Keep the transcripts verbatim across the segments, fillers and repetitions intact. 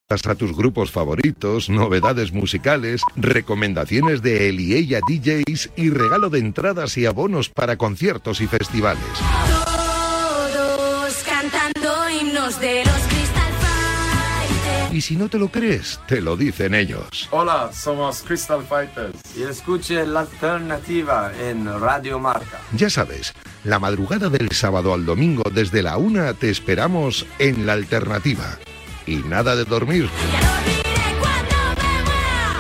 a tus grupos favoritos, novedades musicales, recomendaciones de él y ella D Js y regalo de entradas y abonos para conciertos y festivales. Todos cantando himnos de los Crystal Fighters. Y si no te lo crees, te lo dicen ellos. Hola, somos Crystal Fighters. Y escuche La Alternativa en Radio Marca. Ya sabes, la madrugada del sábado al domingo desde la una te esperamos en La Alternativa. Y nada de dormir. Ya lo diré cuando me muera.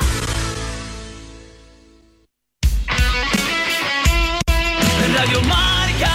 Radio Marca.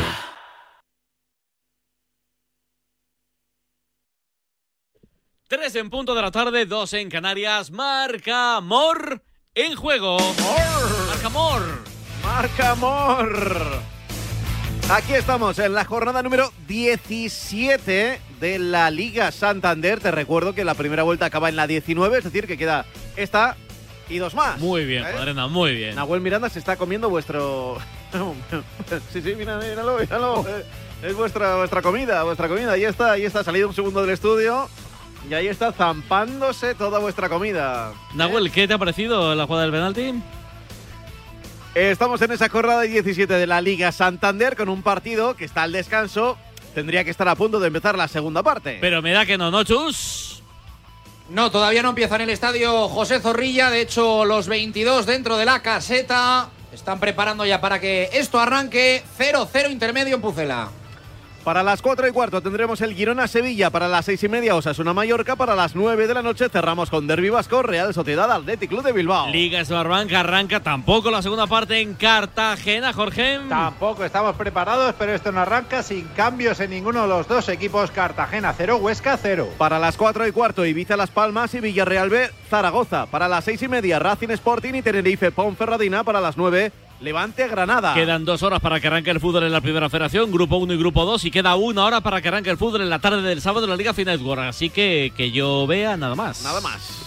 Tres en punto de la tarde, dos en Canarias. Marca Amor en juego. Amor. Marca Amor. Marca Amor. Aquí estamos en la jornada número diecisiete de la Liga Santander. Te recuerdo que la primera vuelta acaba en la diecinueve, es decir, que queda esta y dos más. Muy bien, ¿eh? Padrena, muy bien. Nahuel Miranda se está comiendo vuestro... sí, sí, mira, míralo, míralo. Es vuestra, vuestra comida, vuestra comida. Ahí está, ahí está, salido un segundo del estudio y ahí está zampándose toda vuestra comida. Nahuel, ¿qué te ha parecido la jugada del penalti? Estamos en esa jornada diecisiete de la Liga Santander con un partido que está al descanso. Tendría que estar a punto de empezar la segunda parte. Pero me da que no, ¿no, Chus? No, todavía no empieza en el estadio José Zorrilla. De hecho, los veintidós dentro de la caseta están preparando ya para que esto arranque. cero cero intermedio en Pucela. Para las cuatro y cuarto tendremos el Girona-Sevilla. Para las seis y media Osasuna-Mallorca. Para las nueve de la noche cerramos con Derbi Vasco, Real Sociedad Athletic Club de Bilbao. Liga Smartbank arranca tampoco la segunda parte en Cartagena, Jorge. Tampoco estamos preparados, pero esto no arranca sin cambios en ninguno de los dos equipos. Cartagena cero, Huesca cero. Para las cuatro y cuarto Ibiza-Las Palmas y Villarreal B, Zaragoza. Para las seis y media Racing Sporting y Tenerife Ponferradina. Para las nueve Levante Granada. Quedan dos horas para que arranque el fútbol en la primera federación, grupo uno y grupo dos, y queda una hora para que arranque el fútbol en la tarde del sábado en la Liga Finetwork. Así que que yo vea nada más. Nada más.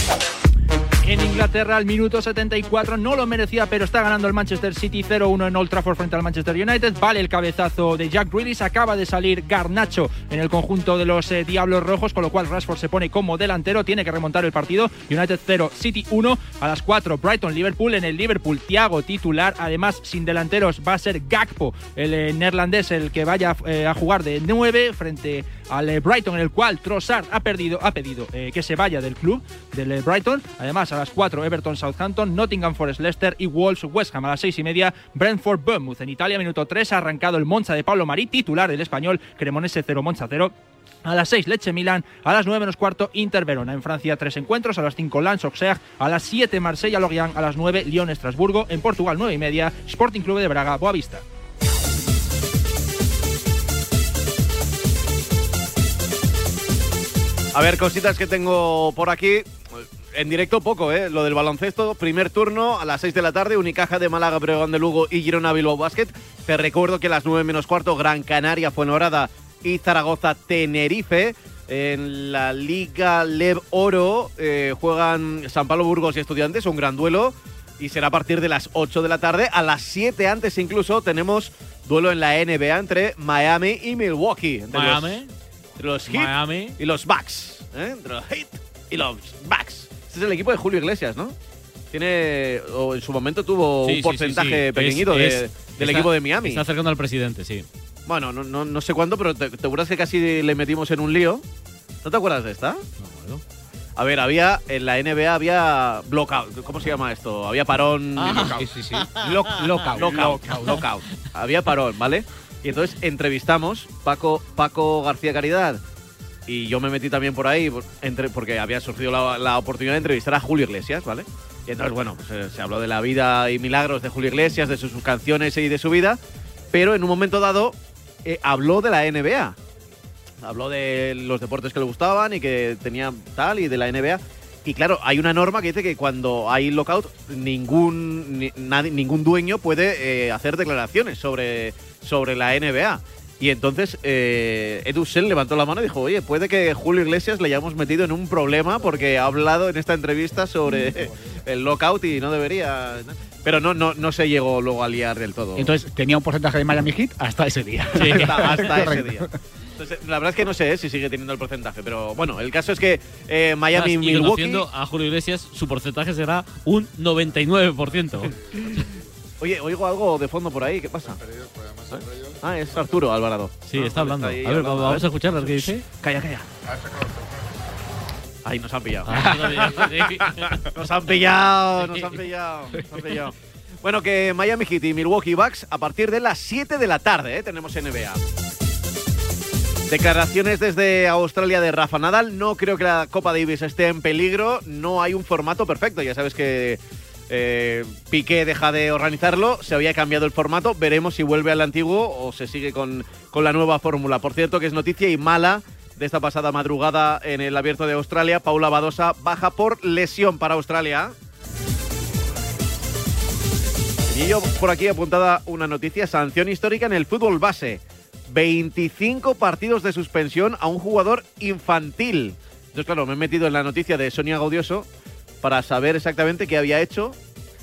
En Inglaterra, al minuto setenta y cuatro, no lo merecía, pero está ganando el Manchester City cero uno en Old Trafford frente al Manchester United. Vale el cabezazo de Jack Grealish, acaba de salir Garnacho en el conjunto de los eh, Diablos Rojos, con lo cual Rashford se pone como delantero, tiene que remontar el partido. United cero, City uno. A las cuatro, Brighton-Liverpool. En el Liverpool, Thiago titular, además sin delanteros va a ser Gakpo, el eh, neerlandés, el que vaya eh, a jugar de nueve frente al eh, Brighton, en el cual Trossard ha, perdido, ha pedido eh, que se vaya del club, del eh, Brighton. Además, a las cuatro, Everton Southampton, Nottingham Forest Leicester y Wolves West Ham. A las seis y media, Brentford Bournemouth. En Italia, minuto tres, ha arrancado el Monza de Pablo Marí, titular del español, Cremonese cero, Monza cero. A las seis, Lecce Milán. A las nueve menos cuarto, Inter Verona. En Francia, tres encuentros. A las cinco, Lens Auxerre. A las siete, Marsella Lorient. A las nueve, Lyon Estrasburgo. En Portugal, nueve y media, Sporting Club de Braga Boavista. A ver, cositas que tengo por aquí. En directo poco, ¿eh? Lo del baloncesto, primer turno a las seis de la tarde, Unicaja de Málaga, Breogán de Lugo y Girona Bilbao Basket. Te recuerdo que a las nueve menos cuarto, Gran Canaria, Fuenlabrada y Zaragoza Tenerife. En la Liga Lev Oro eh, juegan San Pablo Burgos y Estudiantes, un gran duelo. Y será a partir de las ocho de la tarde. A las siete antes incluso tenemos duelo en la N B A entre Miami y Milwaukee. Entre Miami. Los, entre los Heat Miami. y los Bucks. ¿eh? Entre los Heat y los Bucks. Este es el equipo de Julio Iglesias, ¿no? Tiene, o en su momento tuvo Sí, un sí, porcentaje sí, sí. pequeñito Es- de, es- del está- equipo de Miami. Está acercando al presidente, sí. Bueno, no, no, no sé cuándo, pero te, te acuerdas que casi le metimos en un lío. ¿No te acuerdas de esta? No, bueno. A ver, había en la N B A había blockout. ¿Cómo se llama esto? Había parón. Ah, sí, sí, sí. Lock- lockout, lockout, lockout. Había parón, ¿vale? Y entonces entrevistamos Paco, Paco García Caridad. Y yo me metí también por ahí, por- entre, porque había surgido la, la oportunidad de entrevistar a Julio Iglesias, ¿vale? Y entonces, bueno, pues, eh, se habló de la vida y milagros de Julio Iglesias, de sus, sus canciones y de su vida. Pero en un momento dado eh, habló de la N B A. Habló de los deportes que le gustaban y que tenía tal, y de la N B A. Y claro, hay una norma que dice que cuando hay lockout, ningún, ni- nadie- ningún dueño puede eh, hacer declaraciones sobre, sobre la N B A. Y entonces eh, Edu Sell levantó la mano y dijo, oye, puede que Julio Iglesias le hayamos metido en un problema porque ha hablado en esta entrevista sobre el lockout y no debería... Pero no, no, no se llegó luego a liar del todo. Entonces tenía un porcentaje de Miami Heat hasta ese día. Sí, hasta, hasta ese Correcto. día. Entonces, la verdad es que no sé eh, si sigue teniendo el porcentaje, pero bueno, el caso es que eh, Miami, y Milwaukee. Conociendo a Julio Iglesias, su porcentaje será un noventa y nueve por ciento. Oye, oigo algo de fondo por ahí, ¿qué pasa? Ah, es Arturo Alvarado. Sí, ah, está hablando. Está a ver, hablando. vamos a escuchar lo que dice. Calla, calla. Ay, nos han pillado. Ah, no, ya, sí. Nos han pillado, nos han pillado, nos han pillado. Bueno, que Miami Heat y Milwaukee Bucks a partir de las siete de la tarde, ¿eh? Tenemos N B A. Declaraciones desde Australia de Rafa Nadal. No creo que la Copa Davis esté en peligro. No hay un formato perfecto. Ya sabes que eh, Piqué deja de organizarlo. Se había cambiado el formato. Veremos si vuelve al antiguo o se sigue con, con la nueva fórmula. Por cierto, que es noticia y mala de esta pasada madrugada en el Abierto de Australia. Paula Badosa baja por lesión para Australia. Y yo por aquí apuntada una noticia, sanción histórica en el fútbol base. veinticinco partidos de suspensión a un jugador infantil. Entonces, claro, me he metido en la noticia de Sonia Gaudioso para saber exactamente qué había hecho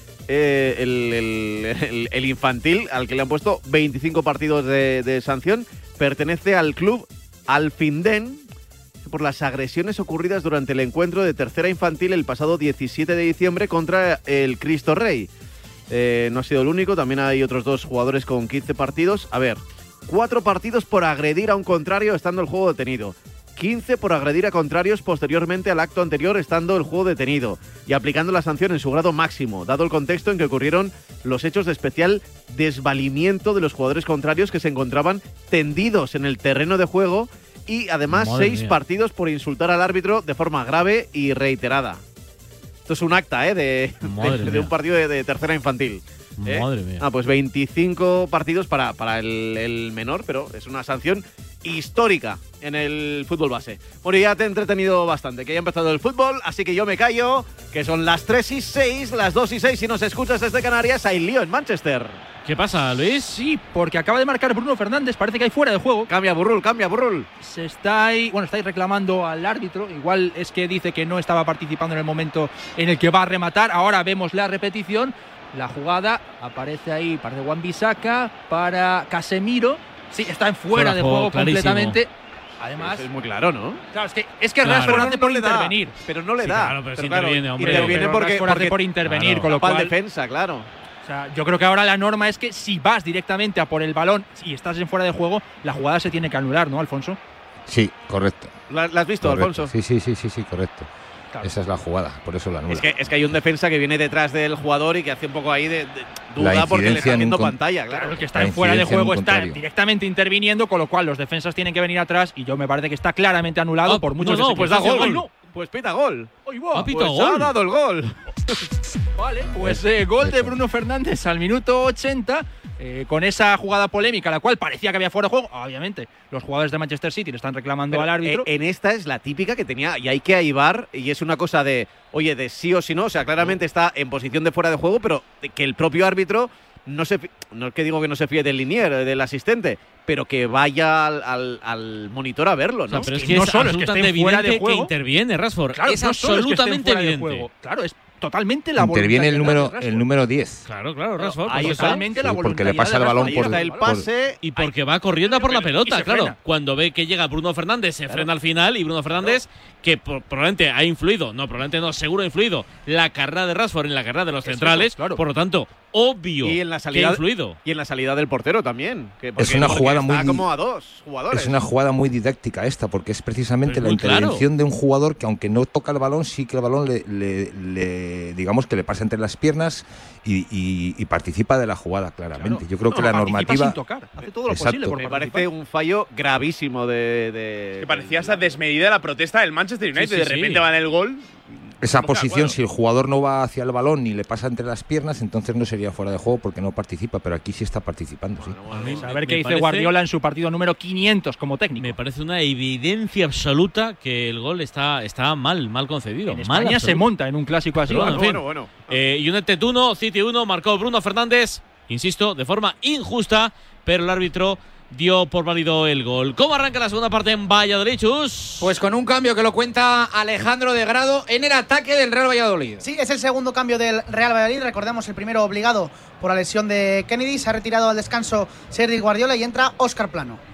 eh, el, el, el, el infantil al que le han puesto veinticinco partidos de, de sanción. Pertenece al club Alfindén por las agresiones ocurridas durante el encuentro de tercera infantil el pasado diecisiete de diciembre contra el Cristo Rey. Eh, no ha sido el único, también hay otros dos jugadores con quince partidos. A ver, cuatro partidos por agredir a un contrario estando el juego detenido. quince por agredir a contrarios posteriormente al acto anterior estando el juego detenido. Y aplicando la sanción en su grado máximo, dado el contexto en que ocurrieron los hechos de especial desvalimiento de los jugadores contrarios que se encontraban tendidos en el terreno de juego. Y además Madre seis mía. partidos por insultar al árbitro de forma grave y reiterada. Esto es un acta, ¿eh? De, Madre de, de mía. un partido de, de tercera infantil. ¿eh? Madre mía. Ah, pues veinticinco partidos para, para el, el menor, pero es una sanción histórica en el fútbol base. Bueno, ya te he entretenido bastante, que ya ha empezado el fútbol, así que yo me callo, que son las tres y seis, las dos y seis, si nos escuchas desde Canarias, hay lío en Manchester. ¿Qué pasa, Luis? Sí, porque acaba de marcar Bruno Fernández, parece que hay fuera de juego. Cambia, Burrul, cambia, Burrul. Se está ahí, bueno, está ahí reclamando al árbitro. Igual es que dice que no estaba participando en el momento en el que va a rematar. Ahora vemos la repetición. La jugada aparece ahí, parece Wan-Bissaka para Casemiro. Sí, está en fuera, Fuera de juego, juego clarísimo. completamente. Además, Eso es muy claro, ¿no? claro, es que es que Claro. Rashford Pero hace no por le da. intervenir. Pero no le Sí, da. claro, pero sí interviene, hombre. Interviene Pero porque, Rashford hace porque por intervenir, claro. con lo tapa cual, el defensa, claro. o sea, yo creo que ahora la norma es que si vas directamente a por el balón y estás en fuera de juego, la jugada se tiene que anular, ¿no, Alfonso? Sí, correcto. ¿La, la has visto, correcto. Alfonso? Sí, sí, sí, sí, sí, correcto. Claro. Esa es la jugada, por eso la anula. Es que, es que hay un defensa que viene detrás del jugador y que hace un poco ahí de, de La duda porque le incidencia está en un haciendo con- pantalla, claro. Claro, el que está La en fuera de incidencia en juego un está contrario. directamente interviniendo, con lo cual los defensas tienen que venir atrás y yo me parece que está claramente anulado Ah, por muchos no, no, Pues da desequilibrios. gol. ¡Ay, no! Pues pita gol. ¡Ay, va! Ha pitado Pues gol. ha dado el gol. Vale, pues eh, gol de Bruno Fernández al minuto ochenta, eh, con esa jugada polémica, la cual parecía que había fuera de juego. Obviamente, los jugadores de Manchester City le están reclamando Pero, al árbitro. eh, en esta es la típica que tenía y hay que aivar y es una cosa de, oye, de sí o sí no. O sea, claramente está en posición de fuera de juego, pero de que el propio árbitro no se, fi- no es que digo que no se fíe del linier, eh, del asistente, pero que vaya al, al- al monitor a verlo, O ¿no? sea, pero es que que no es solo es que absolutamente estén fuera de evidente que juego. interviene Rashford. Claro, es no solo es que estén absolutamente fuera de evidente. juego. Claro, es totalmente la Interviene el voluntariedad número, de Rashford. el número diez. Claro, claro, Rashford. ahí porque está. está- Totalmente la Sí, porque le voluntariedad pasa el de balón Ahí por- está el por- pase. Y porque va corriendo a por la Y pelota, se claro. frena. Cuando ve que llega Bruno Fernández, se frena al final y Bruno Fernández, que pro- probablemente ha influido, no, probablemente no, seguro ha influido la carrera de Rashford en la carrera de los Eso, centrales. claro. Por lo tanto, obvio Y en la que salida- ha influido. Y en la salida del portero también. Que porque- Es una porque jugada está muy- como a dos jugadores. Es una jugada muy didáctica esta, porque es precisamente Pero la muy claro. intervención de un jugador que aunque no toca el balón, sí que el balón le, le- le- digamos que le pasa entre las piernas y, y- y participa de la jugada claramente. Claro. Yo creo No, que la participa normativa sin tocar, hace todo lo Exacto. posible por Me participar. parece un fallo gravísimo de. de Que parecía hasta desmedida la protesta del Manchester United. Sí, sí, de sí. repente va en el gol. esa No, posición, claro. si el jugador no va hacia el balón ni le pasa entre las piernas, entonces no sería fuera de juego porque no participa, pero aquí sí está participando, sí. A mí A me- ver me qué dice parece- Guardiola en su partido número quinientos como técnico. Me parece una evidencia absoluta que el gol está, está mal, mal concedido. En mal España se absoluto. monta en un clásico así. Pero bueno, Alfonso. en fin. Bueno, bueno. Eh, United uno, City uno, marcó Bruno Fernández, insisto, de forma injusta, pero el árbitro dio por válido el gol. ¿Cómo arranca la segunda parte en Valladolid, Chus? Pues con un cambio que lo cuenta Alejandro de Grado en el ataque del Real Valladolid. Sí, es el segundo cambio del Real Valladolid. Recordemos el primero obligado por la lesión de Kennedy. Se ha retirado al descanso Sergi Guardiola y entra Óscar Plano.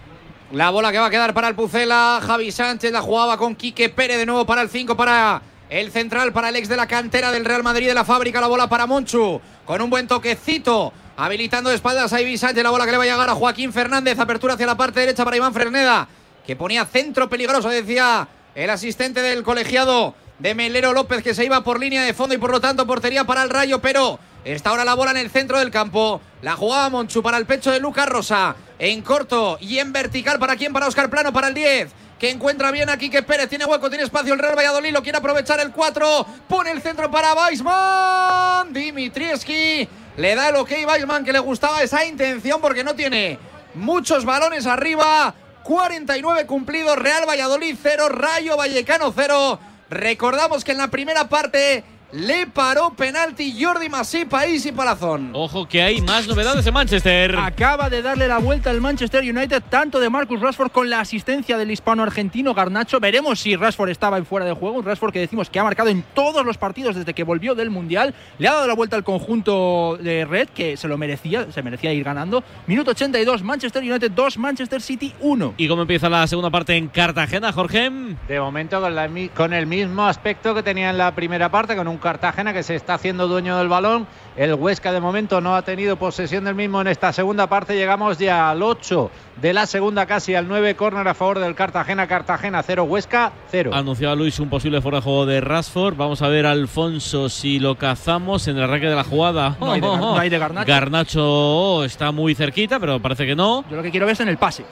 La bola que va a quedar para el Pucela. Javi Sánchez la jugaba con Quique Pérez. De nuevo para el cinco, para el central, para el ex de la cantera del Real Madrid de la fábrica. La bola para Monchu, con un buen toquecito, habilitando de espaldas a Ibi Sánchez. La bola que le va a llegar a Joaquín Fernández. Apertura hacia la parte derecha para Iván Fresneda, que ponía centro peligroso, decía el asistente del colegiado de Melero López, que se iba por línea de fondo y por lo tanto portería para el Rayo, pero está ahora la bola en el centro del campo. La jugaba Monchu para el pecho de Lucas Rosa, en corto y en vertical. ¿Para quién? Para Óscar Plano, para el diez, que encuentra bien a Quique Pérez. Tiene hueco, tiene espacio el Real Valladolid, lo quiere aprovechar el cuatro. Pone el centro para Weissman. Dimitrievski le da el ok Weissman, que le gustaba esa intención porque no tiene muchos balones arriba. cuarenta y nueve cumplidos, Real Valladolid cero, Rayo Vallecano cero. Recordamos que en la primera parte le paró penalti Jordi Masip a Isi Palazón. Ojo que hay más novedades en Manchester. Acaba de darle la vuelta al Manchester United, tanto de Marcus Rashford con la asistencia del hispano-argentino Garnacho. Veremos si Rashford estaba en fuera de juego. Un Rashford que decimos que ha marcado en todos los partidos desde que volvió del Mundial. Le ha dado la vuelta al conjunto de Red, que se lo merecía, se merecía ir ganando. Minuto ochenta y dos, Manchester United dos, Manchester City uno. ¿Y cómo empieza la segunda parte en Cartagena, Jorge? De momento con, la, con el mismo aspecto que tenía en la primera parte, con un Cartagena que se está haciendo dueño del balón. El Huesca de momento no ha tenido posesión del mismo en esta segunda parte. Llegamos ya al ocho de la segunda, casi al nueve. Córner a favor del Cartagena. Cartagena cero, Huesca cero. Anunciaba Luis un posible fuera de juego de Rashford. Vamos a ver, Alfonso, si lo cazamos en el arranque de la jugada. No hay de, no hay de Garnacho. Garnacho está muy cerquita, pero parece que no. Yo lo que quiero ver es en el pase.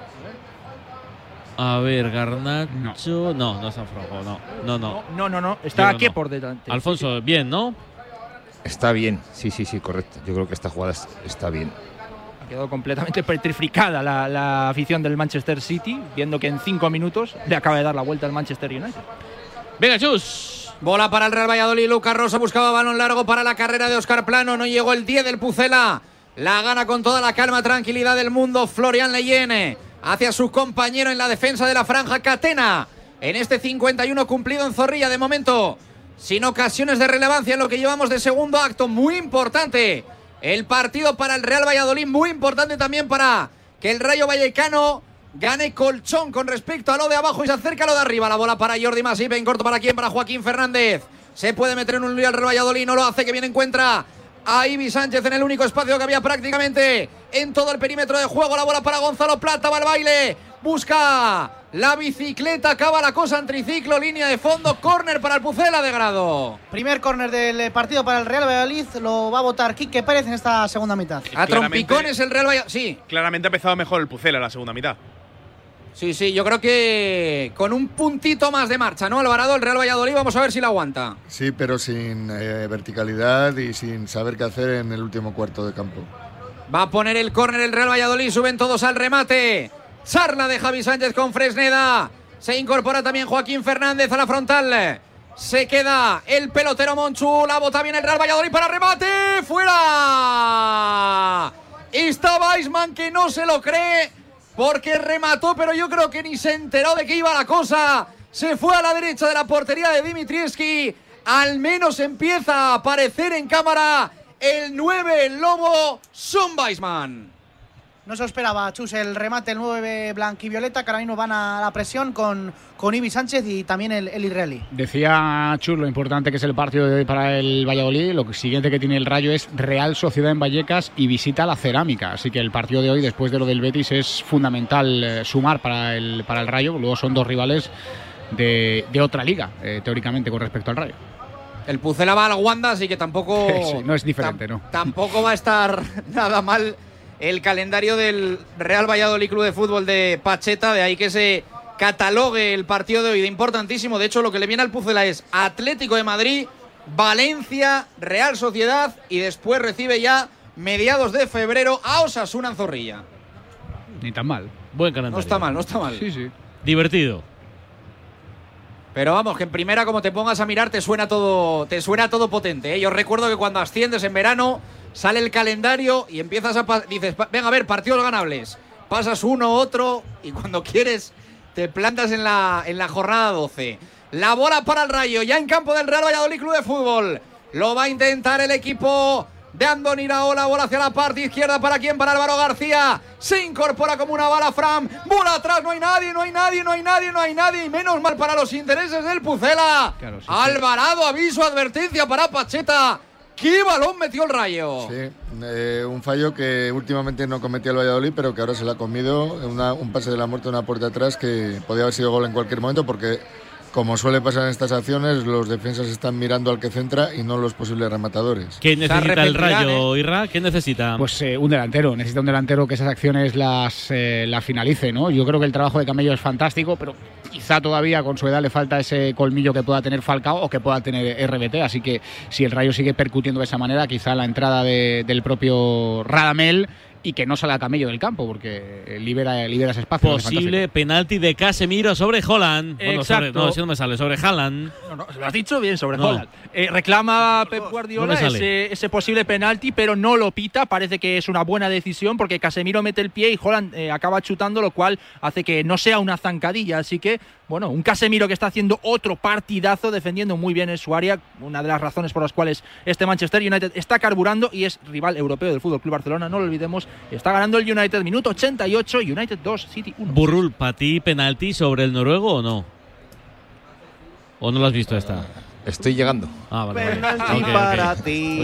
A ver, Garnacho. No, no, no está flojo, no. No, no. No, no, no. Está aquí no. por delante. Alfonso, bien, ¿no? Está bien, sí, sí, sí, correcto. Yo creo que esta jugada está bien. Ha quedado completamente petrificada la, la afición del Manchester City, viendo que en cinco minutos le acaba de dar la vuelta al Manchester United. Venga, Chus. Bola para el Real Valladolid. Lucas Rosa buscaba balón largo para la carrera de Óscar Plano. No llegó el diez del Pucela. La gana con toda la calma, tranquilidad del mundo Florian Leyene hacia su compañero en la defensa de la franja. Catena en este cincuenta y uno cumplido en Zorrilla, de momento sin ocasiones de relevancia en lo que llevamos de segundo acto. Muy importante el partido para el Real Valladolid, muy importante también para que el Rayo Vallecano gane colchón con respecto a lo de abajo y se acerca a lo de arriba. La bola para Jordi Masip, en corto para quién, para Joaquín Fernández. Se puede meter en un lío al Real Valladolid, no lo hace, que bien encuentra a Ibi Sánchez en el único espacio que había prácticamente en todo el perímetro de juego. La bola para Gonzalo Plata, va al baile, busca la bicicleta, acaba la cosa en triciclo, línea de fondo, córner para el Pucela de Grado. Primer córner del partido para el Real Valladolid, lo va a votar Quique Pérez en esta segunda mitad. A trompicones el Real Valladolid, sí. Claramente ha empezado mejor el Pucela en la segunda mitad. Sí, sí, yo creo que con un puntito más de marcha, ¿no, Alvarado? El Real Valladolid, vamos a ver si la aguanta. Sí, pero sin eh, verticalidad y sin saber qué hacer en el último cuarto de campo. Va a poner el córner el Real Valladolid, suben todos al remate. Charla de Javi Sánchez con Fresneda. Se incorpora también Joaquín Fernández a la frontal. Se queda el pelotero Monchu, la bota bien el Real Valladolid para remate. ¡Fuera! Está Weissman, que no se lo cree, porque remató, pero yo creo que ni se enteró de que iba la cosa. Se fue a la derecha de la portería de Dimitrievski. Al menos empieza a aparecer en cámara el nueve, el lobo, Son Weissman. No se lo esperaba, Chus, el remate, el nueve blanquivioleta, que ahora mismo van a la presión con, con Ibi Sánchez y también el, el israelí. Decía Chus lo importante que es el partido de hoy para el Valladolid. Lo siguiente que tiene el Rayo es Real Sociedad en Vallecas y visita la Cerámica. Así que el partido de hoy, después de lo del Betis, es fundamental eh, sumar para el, para el Rayo. Luego son dos rivales de, de otra liga, eh, teóricamente, con respecto al Rayo. El Pucela va al Wanda, así que tampoco… Sí, no es diferente, ¿no? Tampoco va a estar nada mal el calendario del Real Valladolid Club de Fútbol de Pacheta, de ahí que se catalogue el partido de hoy de importantísimo. De hecho, lo que le viene al Pucela es Atlético de Madrid, Valencia, Real Sociedad y después recibe ya mediados de febrero a Osasuna en Zorrilla. Ni tan mal. Buen calendario. No está mal, no está mal. Sí, sí. Divertido. Pero vamos, que en primera, como te pongas a mirar, te suena todo, te suena todo potente, ¿eh? Yo recuerdo que cuando asciendes en verano, sale el calendario y empiezas a… dices, venga, a ver, partidos ganables. Pasas uno, otro, y cuando quieres te plantas en la, en la jornada doce. La bola para el Rayo, ya en campo del Real Valladolid Club de Fútbol. Lo va a intentar el equipo de Andoni Iraola. Bola hacia la parte izquierda. ¿Para quién? Para Álvaro García. Se incorpora como una bala Fran. Bola atrás. No hay nadie, no hay nadie, no hay nadie, no hay nadie. Y menos mal para los intereses del Pucela. Claro, sí, Alvarado, sí. Aviso, advertencia para Pacheta. ¡Qué balón metió el Rayo! Sí, eh, un fallo que últimamente no cometía el Valladolid, pero que ahora se lo ha comido. Una, un pase de la muerte, una puerta atrás que podía haber sido gol en cualquier momento, porque como suele pasar en estas acciones, los defensas están mirando al que centra y no los posibles rematadores. ¿Qué necesita el Rayo, Irra? ¿Qué necesita? Pues eh, un delantero. Necesita un delantero que esas acciones las, eh, las finalice, ¿no? Yo creo que el trabajo de Camello es fantástico, pero quizá todavía con su edad le falta ese colmillo que pueda tener Falcao o que pueda tener R B T. Así que si el Rayo sigue percutiendo de esa manera, quizá la entrada de, del propio Radamel y que no salga Camello del campo, porque libera, libera ese espacio. Posible penalti de Casemiro sobre Haaland. Bueno, sobre, no, si no me sale, sobre Haaland. No, no, lo has dicho bien, sobre no. Haaland. Eh, reclama Pep Guardiola no ese, ese posible penalti, pero no lo pita. Parece que es una buena decisión porque Casemiro mete el pie y Haaland eh, acaba chutando, lo cual hace que no sea una zancadilla. Así que, bueno, un Casemiro que está haciendo otro partidazo, defendiendo muy bien en su área. Una de las razones por las cuales este Manchester United está carburando y es rival europeo del F C Barcelona, no lo olvidemos. Está ganando el United, minuto ochenta y ocho, United dos, City uno. Burrul, ¿para ti penalti sobre el noruego o no? ¿O no lo has visto esta? Estoy llegando. Ah, vale. Penalti vale. Okay, para okay. ti.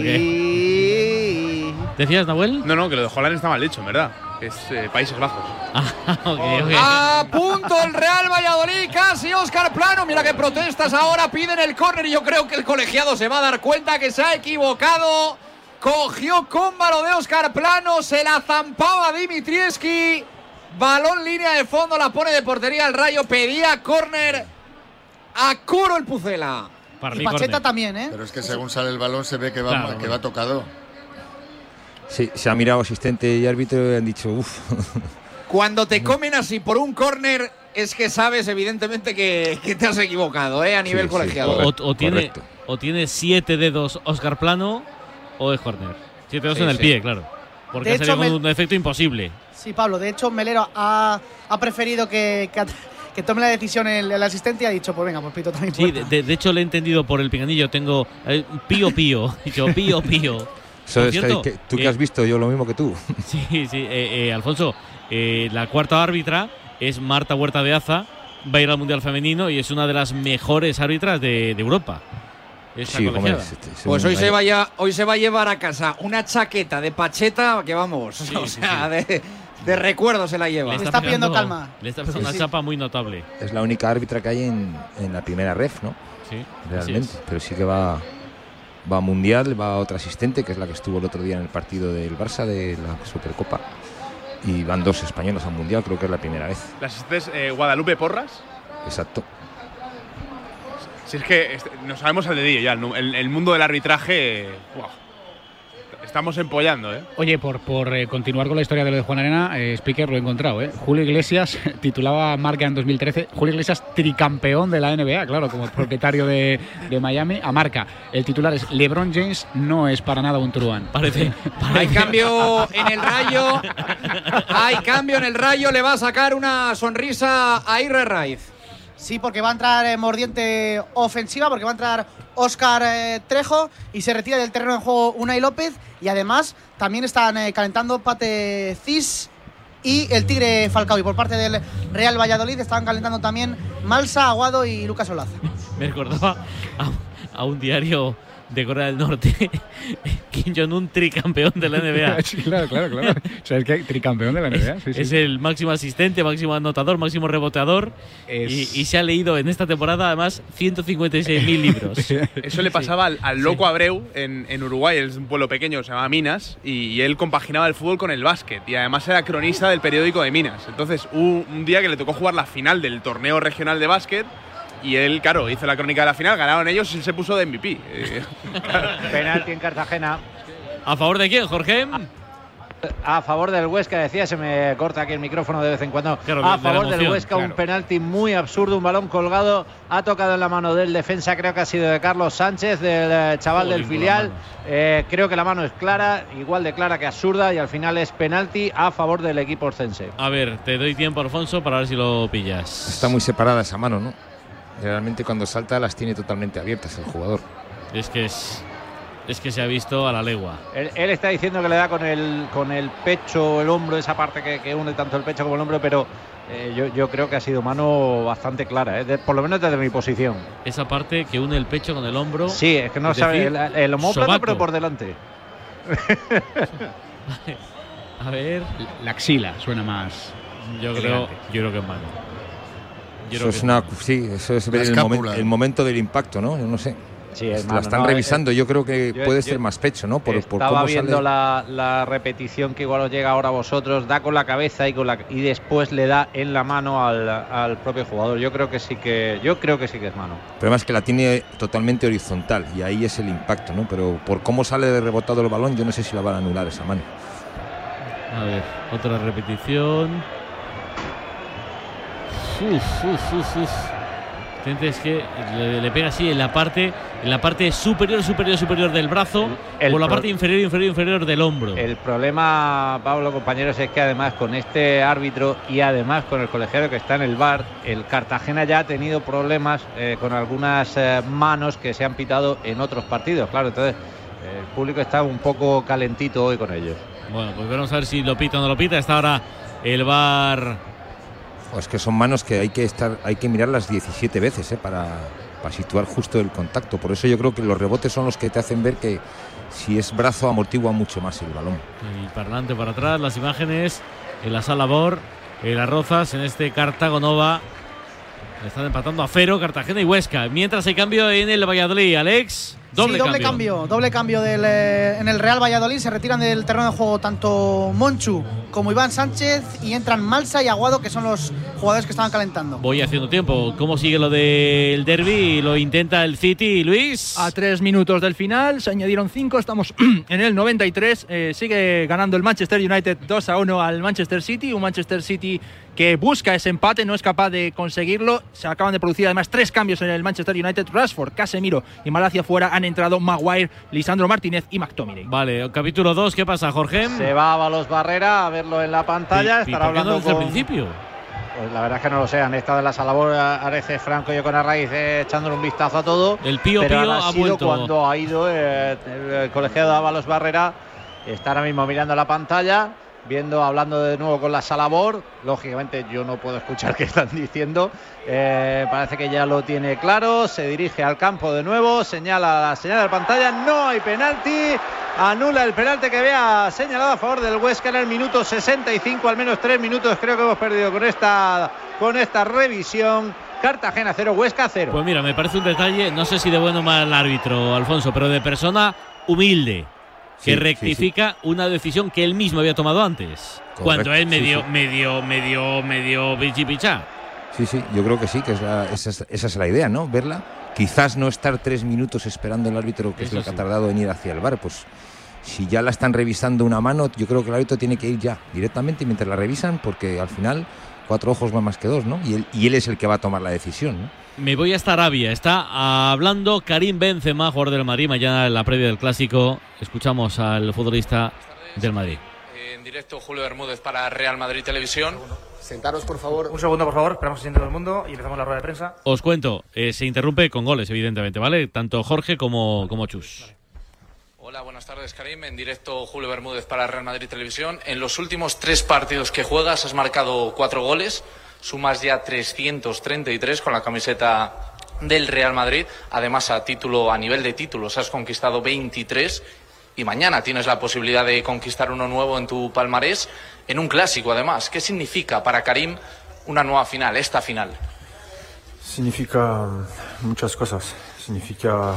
Okay. ¿Decías, Nahuel? No, no, que lo de Haaland está mal hecho, en verdad. Es eh, Países Bajos. Ah, okay, okay. A punto el Real Valladolid, casi Óscar Plano. Mira que protestas ahora, piden el córner y yo creo que el colegiado se va a dar cuenta que se ha equivocado. Cogió cómbalo de Óscar Plano, se la zampaba Dimitrievski. Balón línea de fondo, la pone de portería el Rayo. Pedía córner a Curo el Pucela. Y Pacheta también, ¿eh? Pero es que según sale el balón se ve que va, claro, que va tocado. Sí, se ha mirado asistente y árbitro y han dicho, uff. Cuando te comen así por un córner, es que sabes evidentemente que, que te has equivocado, ¿eh? A nivel sí, colegiado. Sí, o, o, tiene, o tiene siete dedos Óscar Plano o es córner. Siete dedos sí, en el sí. pie, claro. Porque de sería hecho, un efecto imposible. Sí, Pablo. De hecho, Melero ha, ha preferido que, que, que tome la decisión el, el asistente y ha dicho, pues venga, pues pito también. Sí, de, de hecho le he entendido por el pinganillo. Tengo eh, pío pío. Dicho pío pío. Eso es cierto, que, tú que eh, has visto, yo lo mismo que tú. Sí, sí. Eh, eh, Alfonso, eh, la cuarta árbitra es Marta Huerta de Aza. Va a ir al Mundial Femenino y es una de las mejores árbitras de, de Europa. Sí, hombre, pues hoy se, vaya, hoy se va a llevar a casa una chaqueta de Pacheta que vamos, sí, o sí, sea, sí. de, de recuerdo se la lleva. Le está, está pidiendo calma. Le está pasando sí, una sí. chapa muy notable. Es la única árbitra que hay en, en la primera ref, ¿no? Sí, realmente. Pero sí que va, va a Mundial, va a otra asistente, que es la que estuvo el otro día en el partido del Barça de la Supercopa. Y van dos españolos al Mundial, creo que es la primera vez. ¿La asistente es eh, Guadalupe Porras? Exacto. Si es que nos sabemos al dedillo ya, el, el mundo del arbitraje, wow, estamos empollando, ¿eh? Oye, por, por eh, continuar con la historia de lo de Juan Arena, eh, Speaker lo he encontrado, ¿eh? Julio Iglesias titulaba Marca en dos mil trece, Julio Iglesias tricampeón de la N B A, claro, como propietario de, de Miami, a Marca. El titular es LeBron James no es para nada un truán. Parece, parece. Hay cambio en el Rayo, hay cambio en el Rayo, le va a sacar una sonrisa a Irre Raiz. Sí, porque va a entrar eh, mordiente ofensiva, porque va a entrar Óscar eh, Trejo y se retira del terreno de juego Unai López. Y además también están eh, calentando Pate Cis y el Tigre Falcao. Y por parte del Real Valladolid estaban calentando también Malsa, Aguado y Lucas Olaza. Me recordaba a, a un diario de Corea del Norte, Kim Jong-un tricampeón de la N B A. Sí, claro, claro, claro. O sea, es que tricampeón de la N B A. Sí, sí. Es el máximo asistente, máximo anotador, máximo reboteador. Es... Y, y se ha leído en esta temporada, además, ciento cincuenta y seis mil libros. Eso le pasaba al, al loco sí. Abreu en, en Uruguay, es un pueblo pequeño, se llama Minas, y, y él compaginaba el fútbol con el básquet. Y además era cronista del periódico de Minas. Entonces, hubo un día que le tocó jugar la final del torneo regional de básquet. Y él, claro, hizo la crónica de la final, ganaron ellos y él se puso de M V P. Eh, claro. Penalti en Cartagena. ¿A favor de quién, Jorge? A, a favor del Huesca, decía, se me corta aquí el micrófono de vez en cuando. Claro, a de favor emoción, del Huesca, claro. Un penalti muy absurdo, un balón colgado, ha tocado en la mano del defensa, creo que ha sido de Carlos Sánchez, del chaval oh, del filial. Eh, creo que la mano es clara, igual de clara que absurda, y al final es penalti a favor del equipo orcense. A ver, te doy tiempo, Alfonso, para ver si lo pillas. Está muy separada esa mano, ¿no? Realmente cuando salta las tiene totalmente abiertas el jugador. Es que es es que se ha visto a la legua. Él, él está diciendo que le da con el, con el pecho, el hombro, esa parte que, que une tanto el pecho como el hombro, pero eh, yo, yo creo que ha sido mano bastante clara, ¿eh? de, por lo menos desde mi posición. Esa parte que une el pecho con el hombro. Sí, es que no es sabe, decir, el, el homóplato, sobaco. pero por delante. A ver. La axila suena más. Yo creo, elegante. yo creo que es mano. Yo Eso creo es que una, mano. sí, eso es La ver el, escápula. momen- el momento del impacto, ¿no? Yo no sé. Sí, es la mano, están no, revisando. es- Yo creo que yo- puede yo ser más pecho, ¿no? Por, por Estaba cómo viendo sale. la, la repetición que igual os llega ahora a vosotros, da con la cabeza y con la y después le da en la mano al, al propio jugador. Yo creo que sí que yo creo que sí que es mano. Pero además que la tiene totalmente horizontal y ahí es el impacto, ¿no? Pero por cómo sale de rebotado el balón, yo no sé si la van a anular esa mano. A ver, otra repetición. Uf, uf, uf, uf. Es que le, le pega así en la parte, en la parte superior, superior, superior del brazo, El o la pro- parte inferior, inferior, inferior del hombro. El problema, Pablo, compañeros, es que además con este árbitro y además con el colegiado que está en el V A R, el Cartagena ya ha tenido problemas eh, con algunas eh, manos que se han pitado en otros partidos. Claro, entonces eh, el público está un poco calentito hoy con ellos. Bueno, pues vamos a ver si lo pita o no lo pita. Está ahora el V A R. O es que son manos que hay que estar, hay que mirarlas diecisiete veces, ¿eh? para, para situar justo el contacto. Por eso yo creo que los rebotes son los que te hacen ver que si es brazo amortigua mucho más el balón. Y para adelante, para atrás, las imágenes en la sala Bor, en las Rozas, en este Cartago Nova. Están empatando a cero Cartagena y Huesca. Mientras hay cambio en el Valladolid, Alex. Doble, sí, doble cambio. cambio. Doble cambio del, eh, en el Real Valladolid. Se retiran del terreno de juego tanto Monchu como Iván Sánchez y entran Malsa y Aguado, que son los jugadores que estaban calentando. Voy haciendo tiempo. ¿Cómo sigue lo del derbi? Lo intenta el City, Luis. A tres minutos del final, se añadieron cinco, estamos en el noventa y tres. Eh, sigue ganando el Manchester United dos a uno al Manchester City. Un Manchester City que busca ese empate, no es capaz de conseguirlo. Se acaban de producir además tres cambios en el Manchester United. Rashford, Casemiro y Malacia fuera. Han entrado Maguire, Lisandro Martínez y McTominay. Vale, capítulo dos, ¿qué pasa, Jorge? Se va a Valos Barrera a verlo en la pantalla. ¿Y, y estará por qué no hablando desde el con... principio? Pues la verdad es que no lo sé, han estado en la sala Bor, Areces, Franco y yo con Arraiz eh, echándole un vistazo a todo. El Pío pero Pío ahora ha ha sido vuelto. cuando ha ido eh, el, el colegiado de Ábalos Barrera. Está ahora mismo mirando la pantalla, viendo, hablando de nuevo con la sala Bor. Lógicamente yo no puedo escuchar qué están diciendo. Eh, parece que ya lo tiene claro. Se dirige al campo de nuevo, señala la señal de pantalla. No hay penalti. Anula el penalti que había señalado a favor del Huesca en el minuto sesenta y cinco. Al menos tres minutos creo que hemos perdido con esta, con esta revisión. Cartagena cero, Huesca cero. Pues mira, me parece un detalle, no sé si de bueno o mal árbitro, Alfonso, pero de persona humilde, que Sí, rectifica sí, una decisión que él mismo había tomado antes. Correcto, cuando él sí, medio, sí. medio, medio, medio bichipichá. Sí, sí, yo creo que sí, que es la- esa, es, esa es la idea, ¿no? Verla. Quizás no estar tres minutos esperando el árbitro, que Eso es lo que sí. ha tardado en ir hacia el V A R. Pues si ya la están revisando una mano, yo creo que el árbitro tiene que ir ya directamente mientras la revisan, porque al final cuatro ojos van más que dos, ¿no? Y él, y él es el que va a tomar la decisión, ¿no? Me voy hasta Arabia. Está hablando Karim Benzema, jugador del Madrid. Mañana en la previa del Clásico escuchamos al futbolista del Madrid. En directo, Julio Bermúdez para Real Madrid Televisión. Sentaros, por favor. Un segundo, por favor. Esperamos que se siente todo el mundo y empezamos la rueda de prensa. Os cuento, eh, se interrumpe con goles, evidentemente, ¿vale? Tanto Jorge como, como Chus. Hola, buenas tardes, Karim. En directo, Julio Bermúdez para Real Madrid Televisión. En los últimos tres partidos que juegas has marcado cuatro goles. Sumas ya trescientos treinta y tres con la camiseta del Real Madrid. Además, a título, a nivel de títulos, has conquistado veintitrés. Y mañana tienes la posibilidad de conquistar uno nuevo en tu palmarés, en un clásico además. ¿Qué significa para Karim una nueva final, esta final? Significa muchas cosas. Significa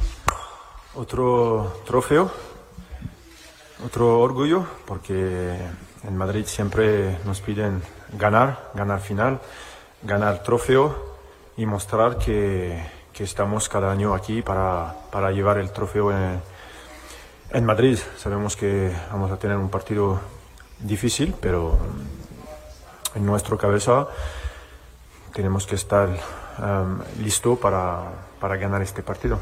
otro trofeo, otro orgullo, porque en Madrid siempre nos piden ganar, ganar final, ganar trofeo y mostrar que, que estamos cada año aquí para, para llevar el trofeo en, en Madrid. Sabemos que vamos a tener un partido difícil, pero en nuestra cabeza tenemos que estar um, listo para, para ganar este partido.